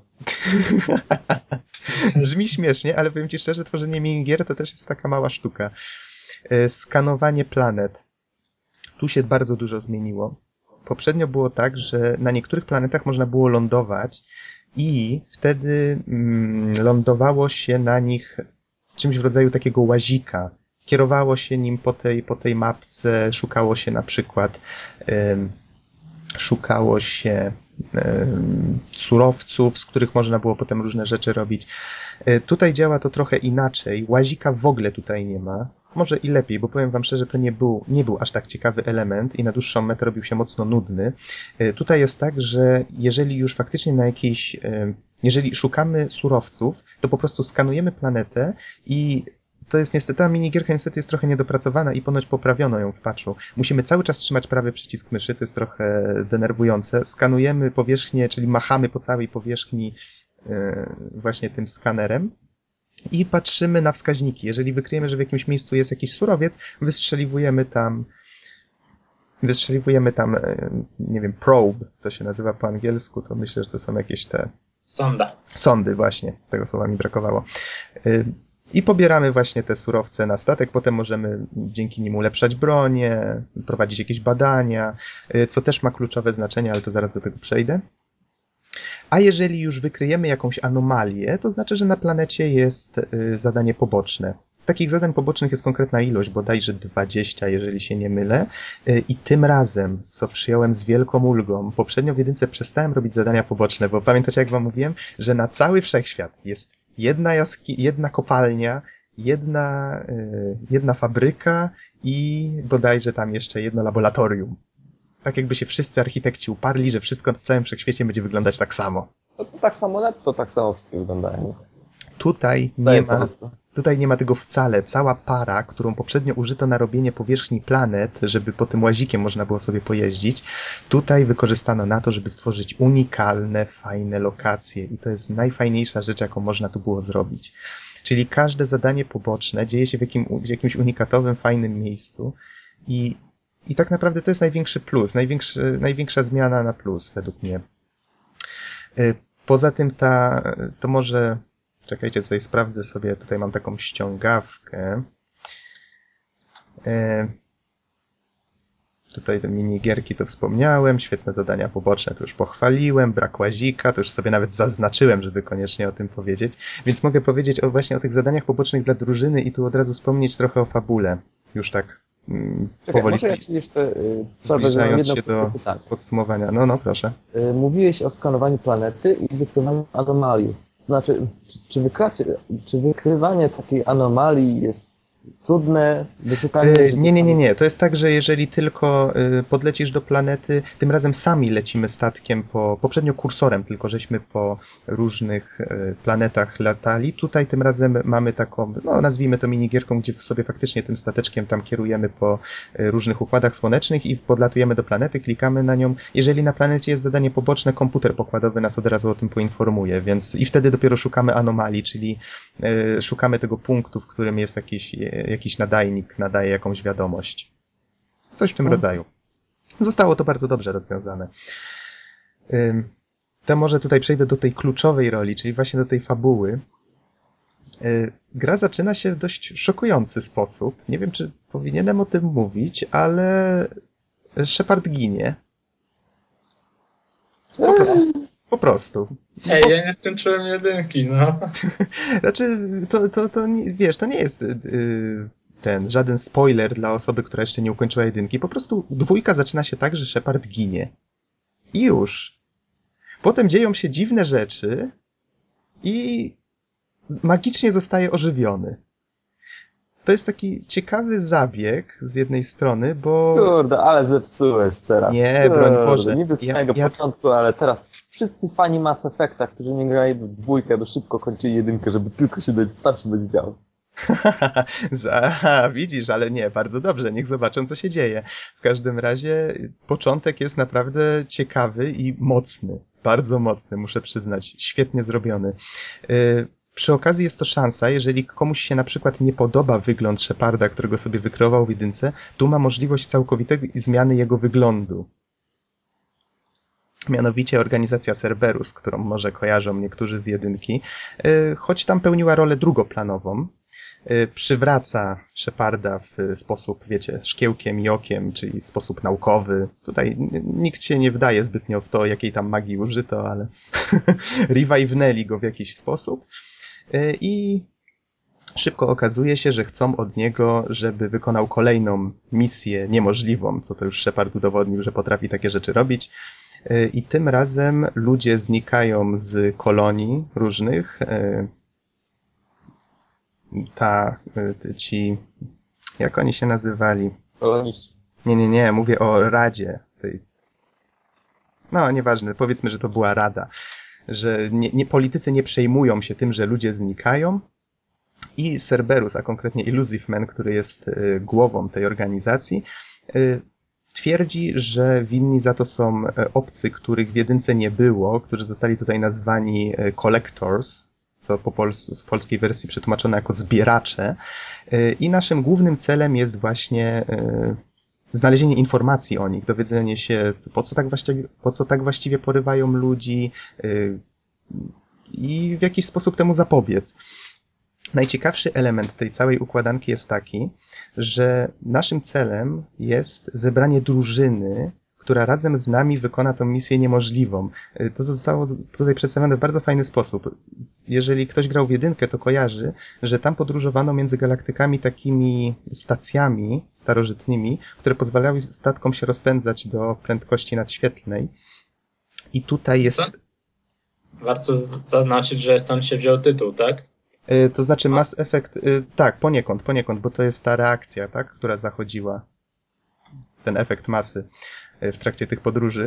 Speaker 1: Brzmi śmiesznie, ale powiem ci szczerze, tworzenie minigier to też jest taka mała sztuka. Skanowanie planet. Tu się bardzo dużo zmieniło. Poprzednio było tak, że na niektórych planetach można było lądować i wtedy lądowało się na nich czymś w rodzaju takiego łazika. Kierowało się nim po tej mapce, szukało się na przykład surowców, z których można było potem różne rzeczy robić. Tutaj działa to trochę inaczej. Łazika w ogóle tutaj nie ma. Może i lepiej, bo powiem wam szczerze, to nie był aż tak ciekawy element i na dłuższą metę robił się mocno nudny. Tutaj jest tak, że jeżeli już faktycznie jeżeli szukamy surowców, to po prostu skanujemy planetę i to jest niestety, ta minigierka niestety jest trochę niedopracowana i ponoć poprawiono ją w patchu. Musimy cały czas trzymać prawy przycisk myszy, co jest trochę denerwujące. Skanujemy powierzchnię, czyli machamy po całej powierzchni właśnie tym skanerem i patrzymy na wskaźniki. Jeżeli wykryjemy, że w jakimś miejscu jest jakiś surowiec, wystrzeliwujemy tam, nie wiem, probe, to się nazywa po angielsku, to myślę, że to są jakieś te... Sondy, właśnie, tego słowa mi brakowało. I pobieramy właśnie te surowce na statek, potem możemy dzięki nim ulepszać bronię, prowadzić jakieś badania, co też ma kluczowe znaczenie, ale to zaraz do tego przejdę. A jeżeli już wykryjemy jakąś anomalię, to znaczy, że na planecie jest zadanie poboczne. Takich zadań pobocznych jest konkretna ilość, bodajże 20, jeżeli się nie mylę. I tym razem, co przyjąłem z wielką ulgą, poprzednio w jedynce przestałem robić zadania poboczne, bo pamiętacie, jak wam mówiłem, że na cały wszechświat jest jedna kopalnia, jedna fabryka i bodajże tam jeszcze jedno laboratorium. Tak jakby się wszyscy architekci uparli, że wszystko w całym wszechświecie będzie wyglądać tak samo.
Speaker 3: To tak samo netto, tak samo wszystkie wyglądają.
Speaker 1: Tutaj nie ma tego wcale. Cała para, którą poprzednio użyto na robienie powierzchni planet, żeby po tym łazikiem można było sobie pojeździć, tutaj wykorzystano na to, żeby stworzyć unikalne, fajne lokacje. I to jest najfajniejsza rzecz, jaką można tu było zrobić. Czyli każde zadanie poboczne dzieje się w jakimś unikatowym, fajnym miejscu i tak naprawdę to jest największy plus, największa zmiana na plus według mnie. Poza tym to może... Czekajcie, tutaj sprawdzę sobie, tutaj mam taką ściągawkę. Tutaj te minigierki to wspomniałem, świetne zadania poboczne to już pochwaliłem, brak łazika, to już sobie nawet zaznaczyłem, żeby koniecznie o tym powiedzieć. Więc mogę powiedzieć właśnie o tych zadaniach pobocznych dla drużyny i tu od razu wspomnieć trochę o fabule. Już tak powoli
Speaker 3: może ja ci jeszcze
Speaker 1: zbliżając się do podsumowania. No, proszę.
Speaker 3: Mówiłeś o skanowaniu planety i wykrywaniu anomalii. Znaczy, czy wykrywanie takiej anomalii jest trudne, wyszukanie...
Speaker 1: Nie. To jest tak, że jeżeli tylko podlecisz do planety, tym razem sami lecimy statkiem poprzednio kursorem, tylko żeśmy po różnych planetach latali. Tutaj tym razem mamy taką, no nazwijmy to minigierką, gdzie sobie faktycznie tym stateczkiem tam kierujemy po różnych układach słonecznych i podlatujemy do planety, klikamy na nią. Jeżeli na planecie jest zadanie poboczne, komputer pokładowy nas od razu o tym poinformuje, więc i wtedy dopiero szukamy anomalii, czyli szukamy tego punktu, w którym jest jakiś nadajnik, nadaje jakąś wiadomość. Coś w tym rodzaju. Zostało to bardzo dobrze rozwiązane. To może tutaj przejdę do tej kluczowej roli, czyli właśnie do tej fabuły. Gra zaczyna się w dość szokujący sposób. Nie wiem, czy powinienem o tym mówić, ale Shepard ginie. Po prostu.
Speaker 2: Ja nie skończyłem jedynki, no.
Speaker 1: Znaczy, to nie, wiesz, to nie jest żaden spoiler dla osoby, która jeszcze nie ukończyła jedynki. Po prostu dwójka zaczyna się tak, że Shepard ginie. I już. Potem dzieją się dziwne rzeczy i magicznie zostaje ożywiony. To jest taki ciekawy zabieg z jednej strony, bo...
Speaker 3: Kurde, ale zepsułeś teraz.
Speaker 1: Nie, broń Boże.
Speaker 3: Niby z samego początku, ale teraz wszyscy fani Mass Effecta, którzy nie grali w dwójkę, by szybko kończyli jedynkę, żeby tylko się dać, tam się będzie działo.
Speaker 1: Widzisz, ale nie, bardzo dobrze, niech zobaczą, co się dzieje. W każdym razie początek jest naprawdę ciekawy i mocny. Bardzo mocny, muszę przyznać. Świetnie zrobiony. Przy okazji jest to szansa, jeżeli komuś się na przykład nie podoba wygląd Sheparda, którego sobie wykreował w jedynce, tu ma możliwość całkowitej zmiany jego wyglądu. Mianowicie organizacja Cerberus, którą może kojarzą niektórzy z jedynki, choć tam pełniła rolę drugoplanową, przywraca Sheparda w sposób, wiecie, szkiełkiem i okiem, czyli sposób naukowy. Tutaj nikt się nie wdaje zbytnio w to, jakiej tam magii użyto, ale revivenęli go w jakiś sposób. I szybko okazuje się, że chcą od niego, żeby wykonał kolejną misję niemożliwą, co to już Shepard udowodnił, że potrafi takie rzeczy robić. I tym razem ludzie znikają z kolonii różnych. Ci... Jak oni się nazywali?
Speaker 3: Koloniści.
Speaker 1: Nie, mówię o Radzie. No, nieważne, powiedzmy, że to była Rada. Że politycy nie przejmują się tym, że ludzie znikają. I Cerberus, a konkretnie Illusive Man, który jest głową tej organizacji, twierdzi, że winni za to są obcy, których w jedynce nie było, którzy zostali tutaj nazwani Collectors, co w polskiej wersji przetłumaczone jako zbieracze. I naszym głównym celem jest właśnie znalezienie informacji o nich, dowiedzenie się, po co tak właściwie porywają ludzi i w jakiś sposób temu zapobiec. Najciekawszy element tej całej układanki jest taki, że naszym celem jest zebranie drużyny, która razem z nami wykona tę misję niemożliwą. To zostało tutaj przedstawione w bardzo fajny sposób. Jeżeli ktoś grał w jedynkę, to kojarzy, że tam podróżowano między galaktykami takimi stacjami starożytnymi, które pozwalały statkom się rozpędzać do prędkości nadświetlnej. I tutaj jest...
Speaker 2: Warto zaznaczyć, że stąd się wziął tytuł, tak?
Speaker 1: To znaczy Mass Effect, tak, poniekąd, bo to jest ta reakcja, tak, która zachodziła, ten efekt masy w trakcie tych podróży.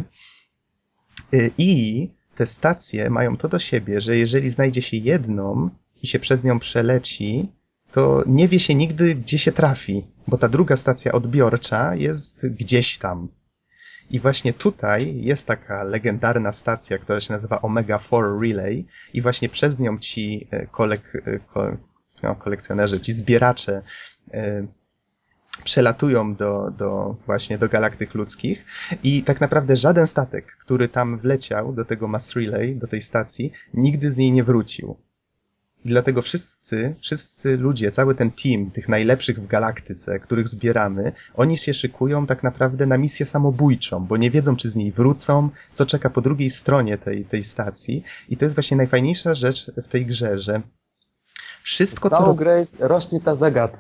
Speaker 1: I te stacje mają to do siebie, że jeżeli znajdzie się jedną i się przez nią przeleci, to nie wie się nigdy, gdzie się trafi, bo ta druga stacja odbiorcza jest gdzieś tam. I właśnie tutaj jest taka legendarna stacja, która się nazywa Omega 4 Relay i właśnie przez nią ci kolekcjonerzy, ci zbieracze przelatują właśnie do galaktyk ludzkich i tak naprawdę żaden statek, który tam wleciał do tego Mass Relay, do tej stacji, nigdy z niej nie wrócił. I dlatego wszyscy ludzie, cały ten team tych najlepszych w galaktyce, których zbieramy, oni się szykują tak naprawdę na misję samobójczą, bo nie wiedzą, czy z niej wrócą, co czeka po drugiej stronie tej stacji. I to jest właśnie najfajniejsza rzecz w tej grze, że wszystko,
Speaker 3: całą grę rośnie ta zagadka.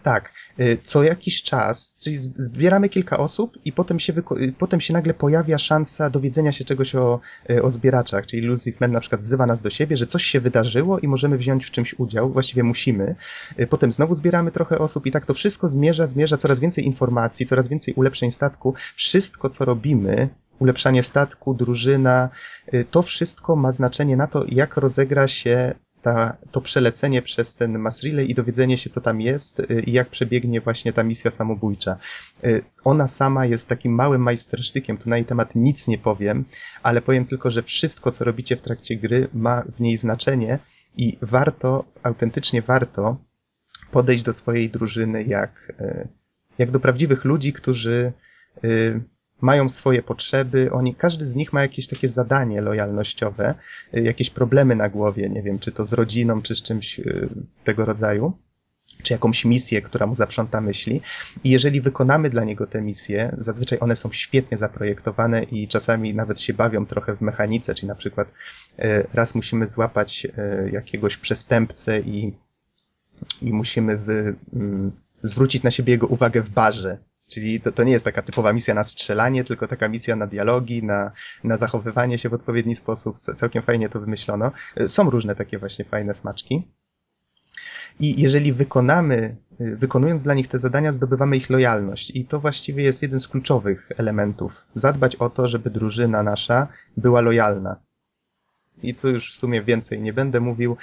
Speaker 1: Tak, co jakiś czas, czyli zbieramy kilka osób i potem się nagle pojawia szansa dowiedzenia się czegoś o zbieraczach, czyli Illusive Man na przykład wzywa nas do siebie, że coś się wydarzyło i możemy wziąć w czymś udział, właściwie musimy. Potem znowu zbieramy trochę osób i tak to wszystko zmierza, coraz więcej informacji, coraz więcej ulepszeń statku. Wszystko, co robimy, ulepszanie statku, drużyna, to wszystko ma znaczenie na to, jak rozegra się to przelecenie przez ten mass relay i dowiedzenie się, co tam jest i jak przebiegnie właśnie ta misja samobójcza. Ona sama jest takim małym majstersztykiem, tu na jej temat nic nie powiem, ale powiem tylko, że wszystko, co robicie w trakcie gry, ma w niej znaczenie i autentycznie warto podejść do swojej drużyny jak do prawdziwych ludzi, którzy mają swoje potrzeby, każdy z nich ma jakieś takie zadanie lojalnościowe, jakieś problemy na głowie, nie wiem, czy to z rodziną, czy z czymś tego rodzaju, czy jakąś misję, która mu zaprząta myśli. I jeżeli wykonamy dla niego te misje, zazwyczaj one są świetnie zaprojektowane i czasami nawet się bawią trochę w mechanice, czyli na przykład raz musimy złapać jakiegoś przestępcę i musimy zwrócić na siebie jego uwagę w barze. Czyli to nie jest taka typowa misja na strzelanie, tylko taka misja na dialogi, na zachowywanie się w odpowiedni sposób. Całkiem fajnie to wymyślono. Są różne takie właśnie fajne smaczki. I jeżeli wykonując dla nich te zadania, zdobywamy ich lojalność. I to właściwie jest jeden z kluczowych elementów. Zadbać o to, żeby drużyna nasza była lojalna. I tu już w sumie więcej nie będę mówił.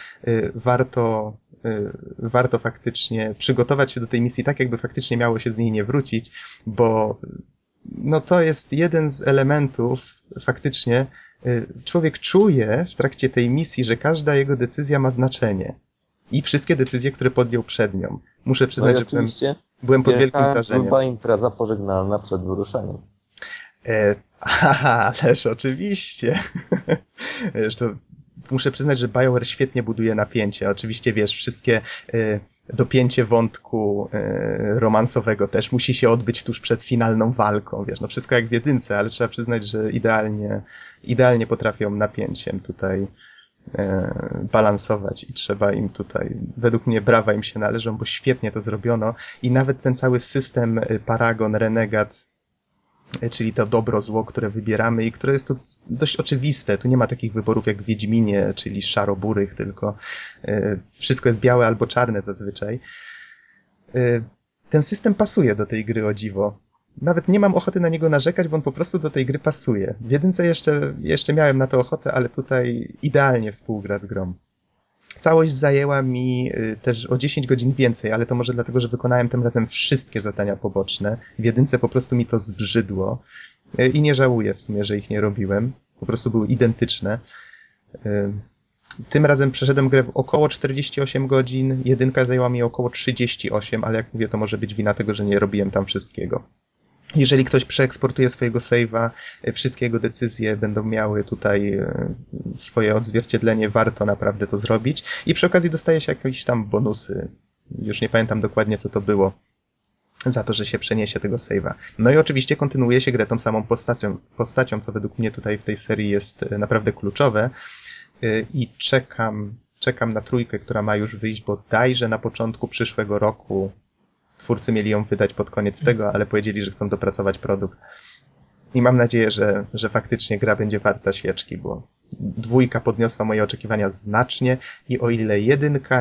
Speaker 1: Warto faktycznie przygotować się do tej misji tak, jakby faktycznie miało się z niej nie wrócić, bo no to jest jeden z elementów faktycznie. Człowiek czuje w trakcie tej misji, że każda jego decyzja ma znaczenie. I wszystkie decyzje, które podjął przed nią. Muszę przyznać, że byłem pod wielkim wrażeniem.
Speaker 3: Gruba impreza pożegnalna przed wyruszeniem.
Speaker 1: Ależ oczywiście. Wiesz, to muszę przyznać, że BioWare świetnie buduje napięcie. Oczywiście, wiesz, wszystkie dopięcie wątku romansowego też musi się odbyć tuż przed finalną walką. Wiesz, no wszystko jak w jedynce, ale trzeba przyznać, że idealnie potrafią napięciem tutaj balansować i trzeba im tutaj, według mnie brawa im się należą, bo świetnie to zrobiono i nawet ten cały system Paragon, Renegat, czyli to dobro, zło, które wybieramy i które jest tu dość oczywiste. Tu nie ma takich wyborów jak w Wiedźminie, czyli szaro-burych, tylko wszystko jest białe albo czarne zazwyczaj. Ten system pasuje do tej gry, o dziwo. Nawet nie mam ochoty na niego narzekać, bo on po prostu do tej gry pasuje. W jedynce jeszcze miałem na to ochotę, ale tutaj idealnie współgra z grą. Całość zajęła mi też o 10 godzin więcej, ale to może dlatego, że wykonałem tym razem wszystkie zadania poboczne. W jedynce po prostu mi to zbrzydło i nie żałuję w sumie, że ich nie robiłem. Po prostu były identyczne. Tym razem przeszedłem grę w około 48 godzin, jedynka zajęła mi około 38, ale jak mówię, to może być wina tego, że nie robiłem tam wszystkiego. Jeżeli ktoś przeeksportuje swojego save'a, wszystkie jego decyzje będą miały tutaj swoje odzwierciedlenie, warto naprawdę to zrobić. I przy okazji dostaje się jakieś tam bonusy. Już nie pamiętam dokładnie, co to było. Za to, że się przeniesie tego save'a. No i oczywiście kontynuuje się grę tą samą postacią, co według mnie tutaj w tej serii jest naprawdę kluczowe. I czekam na trójkę, która ma już wyjść bodajże na początku przyszłego roku. Twórcy mieli ją wydać pod koniec tego, ale powiedzieli, że chcą dopracować produkt. I mam nadzieję, że faktycznie gra będzie warta świeczki, bo dwójka podniosła moje oczekiwania znacznie i o ile jedynka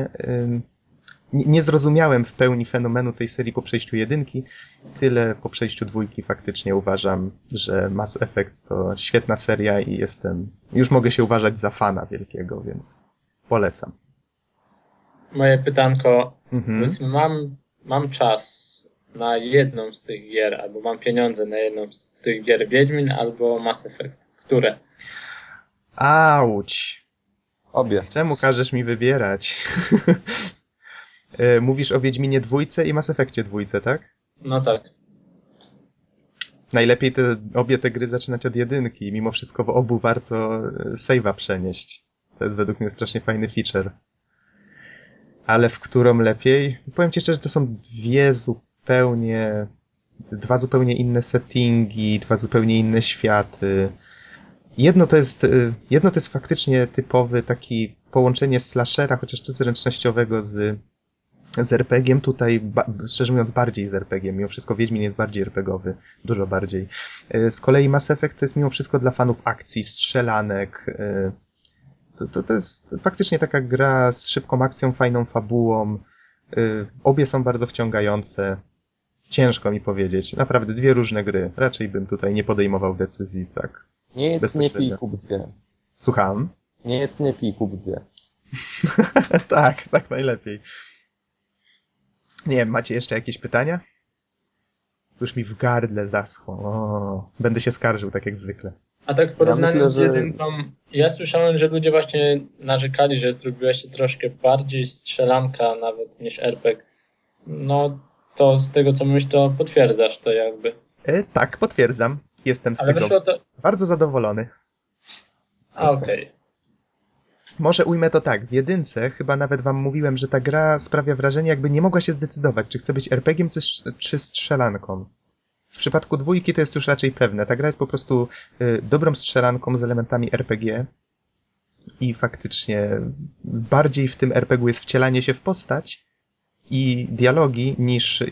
Speaker 1: nie zrozumiałem w pełni fenomenu tej serii po przejściu jedynki, tyle po przejściu dwójki faktycznie uważam, że Mass Effect to świetna seria i już mogę się uważać za fana wielkiego, więc polecam.
Speaker 2: Moje pytanko, powiedzmy, mam czas na jedną z tych gier, albo mam pieniądze na jedną z tych gier, Wiedźmin albo Mass Effect. Które?
Speaker 1: Auć.
Speaker 3: Obie.
Speaker 1: Czemu każesz mi wybierać? Mówisz o Wiedźminie dwójce i Mass Effectie dwójce, tak?
Speaker 2: No tak.
Speaker 1: Najlepiej obie te gry zaczynać od jedynki. Mimo wszystko w obu warto save'a przenieść. To jest według mnie strasznie fajny feature. Ale w którą lepiej? Powiem ci szczerze, to są dwa zupełnie inne settingi, dwa zupełnie inne światy. Jedno to jest faktycznie typowy taki połączenie slashera, chociaż czy zręcznościowego z RPG-iem tutaj, szczerze mówiąc, bardziej z RPG-iem. Mimo wszystko Wiedźmin jest bardziej RPG-owy, dużo bardziej. Z kolei Mass Effect to jest mimo wszystko dla fanów akcji, strzelanek. To jest faktycznie taka gra z szybką akcją, fajną fabułą. Obie są bardzo wciągające. Ciężko mi powiedzieć. Naprawdę dwie różne gry. Raczej bym tutaj nie podejmował decyzji tak
Speaker 3: Nic nie pij, kup dwie.
Speaker 1: Słucham?
Speaker 3: Nic nie pij, kup dwie.
Speaker 1: tak najlepiej. Nie wiem, macie jeszcze jakieś pytania? Już mi w gardle zaschło. Będę się skarżył, tak jak zwykle.
Speaker 2: A tak w porównaniu z jedynką, ja słyszałem, że ludzie właśnie narzekali, że zrobiła się troszkę bardziej strzelanka nawet niż RPG. No to z tego co mówisz, to potwierdzasz to jakby.
Speaker 1: Tak, potwierdzam. Jestem z
Speaker 2: Ale
Speaker 1: tego bardzo zadowolony.
Speaker 2: Okej.
Speaker 1: Może ujmę to tak, w jedynce chyba nawet wam mówiłem, że ta gra sprawia wrażenie, jakby nie mogła się zdecydować, czy chce być RPG-iem czy strzelanką. W przypadku dwójki to jest już raczej pewne. Ta gra jest po prostu dobrą strzelanką z elementami RPG i faktycznie bardziej w tym RPG jest wcielanie się w postać i dialogi niż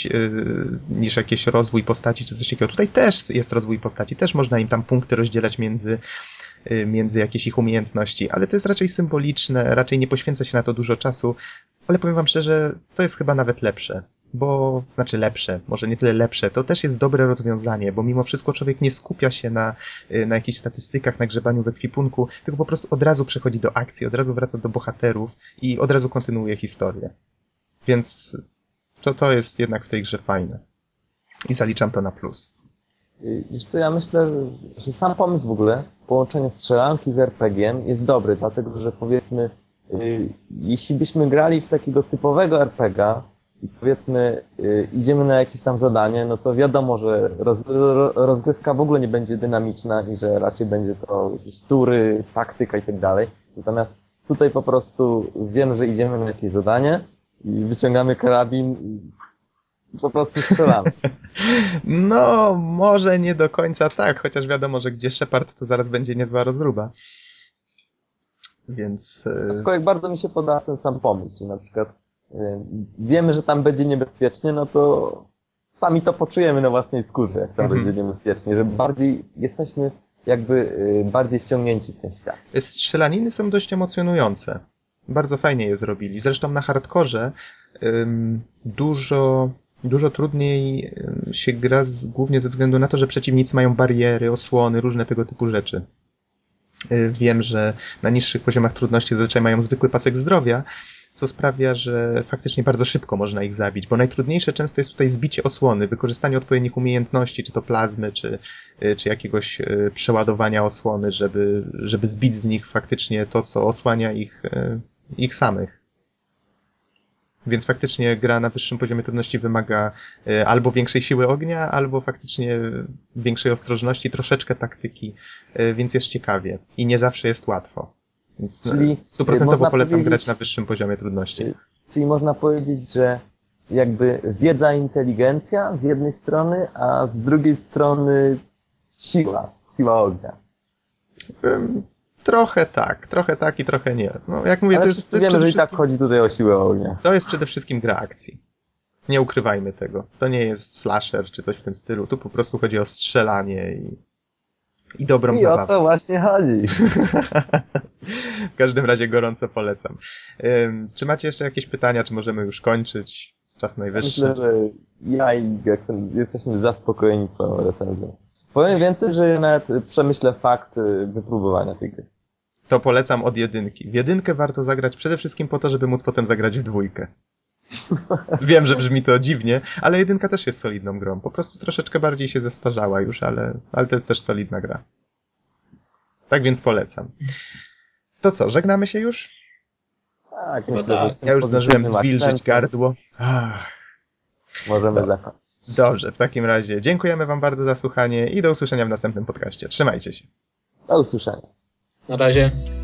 Speaker 1: jakiś rozwój postaci czy coś takiego. Tutaj też jest rozwój postaci, też można im tam punkty rozdzielać między jakieś ich umiejętności, ale to jest raczej symboliczne, raczej nie poświęca się na to dużo czasu, ale powiem wam szczerze, to jest chyba nawet lepsze. Lepsze, może nie tyle lepsze, to też jest dobre rozwiązanie, bo mimo wszystko człowiek nie skupia się na jakichś statystykach, na grzebaniu w ekwipunku, tylko po prostu od razu przechodzi do akcji, od razu wraca do bohaterów i od razu kontynuuje historię. Więc to jest jednak w tej grze fajne. I zaliczam to na plus.
Speaker 3: Wiesz co, ja myślę, że sam pomysł w ogóle, połączenie strzelanki z RPG-iem jest dobry, dlatego że powiedzmy, jeśli byśmy grali w takiego typowego RPG-a i powiedzmy idziemy na jakieś tam zadanie, no to wiadomo, że rozgrywka w ogóle nie będzie dynamiczna i że raczej będzie to jakieś tury, taktyka i tak dalej. Natomiast tutaj po prostu wiemy, że idziemy na jakieś zadanie i wyciągamy karabin i po prostu strzelamy.
Speaker 1: No, może nie do końca tak, chociaż wiadomo, że gdzie Shepard, to zaraz będzie niezła rozruba. Więc...
Speaker 3: Aczkolwiek bardzo mi się podoba ten sam pomysł, że na przykład wiemy, że tam będzie niebezpiecznie, no to sami to poczujemy na własnej skórze, jak tam będzie niebezpiecznie, że bardziej jesteśmy jakby bardziej wciągnięci w ten świat.
Speaker 1: Strzelaniny są dość emocjonujące. Bardzo fajnie je zrobili. Zresztą na hardkorze dużo trudniej się gra głównie ze względu na to, że przeciwnicy mają bariery, osłony, różne tego typu rzeczy. Wiem, że na niższych poziomach trudności zazwyczaj mają zwykły pasek zdrowia, co sprawia, że faktycznie bardzo szybko można ich zabić, bo najtrudniejsze często jest tutaj zbicie osłony, wykorzystanie odpowiednich umiejętności, czy to plazmy, czy jakiegoś przeładowania osłony, żeby zbić z nich faktycznie to, co osłania ich samych. Więc faktycznie gra na wyższym poziomie trudności wymaga albo większej siły ognia, albo faktycznie większej ostrożności, troszeczkę taktyki, więc jest ciekawie. I nie zawsze jest łatwo. Więc 100% polecam grać na wyższym poziomie trudności.
Speaker 3: Czyli można powiedzieć, że jakby wiedza, inteligencja z jednej strony, a z drugiej strony siła ognia.
Speaker 1: Trochę tak i trochę nie. No, jak mówię,
Speaker 3: ale
Speaker 1: to jest
Speaker 3: wiemy, że i tak chodzi tutaj o siłę ognia.
Speaker 1: To jest przede wszystkim gra akcji. Nie ukrywajmy tego. To nie jest slasher czy coś w tym stylu. Tu po prostu chodzi o strzelanie i dobrą zabawę.
Speaker 3: I o to właśnie chodzi.
Speaker 1: W każdym razie gorąco polecam. Czy macie jeszcze jakieś pytania, czy możemy już kończyć? Czas najwyższy.
Speaker 3: Myślę, że ja i Geksen jesteśmy zaspokojeni twoją recenzją. Powiem więcej, że nawet przemyślę fakt wypróbowania tej gry.
Speaker 1: To polecam od jedynki. W jedynkę warto zagrać przede wszystkim po to, żeby móc potem zagrać w dwójkę. Wiem, że brzmi to dziwnie, ale jedynka też jest solidną grą. Po prostu troszeczkę bardziej się zestarzała już, ale to jest też solidna gra. Tak więc polecam. To co, żegnamy się już?
Speaker 3: Tak, myślę, że
Speaker 1: ja już zdążyłem zwilżyć gardło.
Speaker 3: Możemy zakończyć.
Speaker 1: Dobrze, w takim razie dziękujemy wam bardzo za słuchanie i do usłyszenia w następnym podcaście. Trzymajcie się.
Speaker 3: Do usłyszenia.
Speaker 2: Na razie.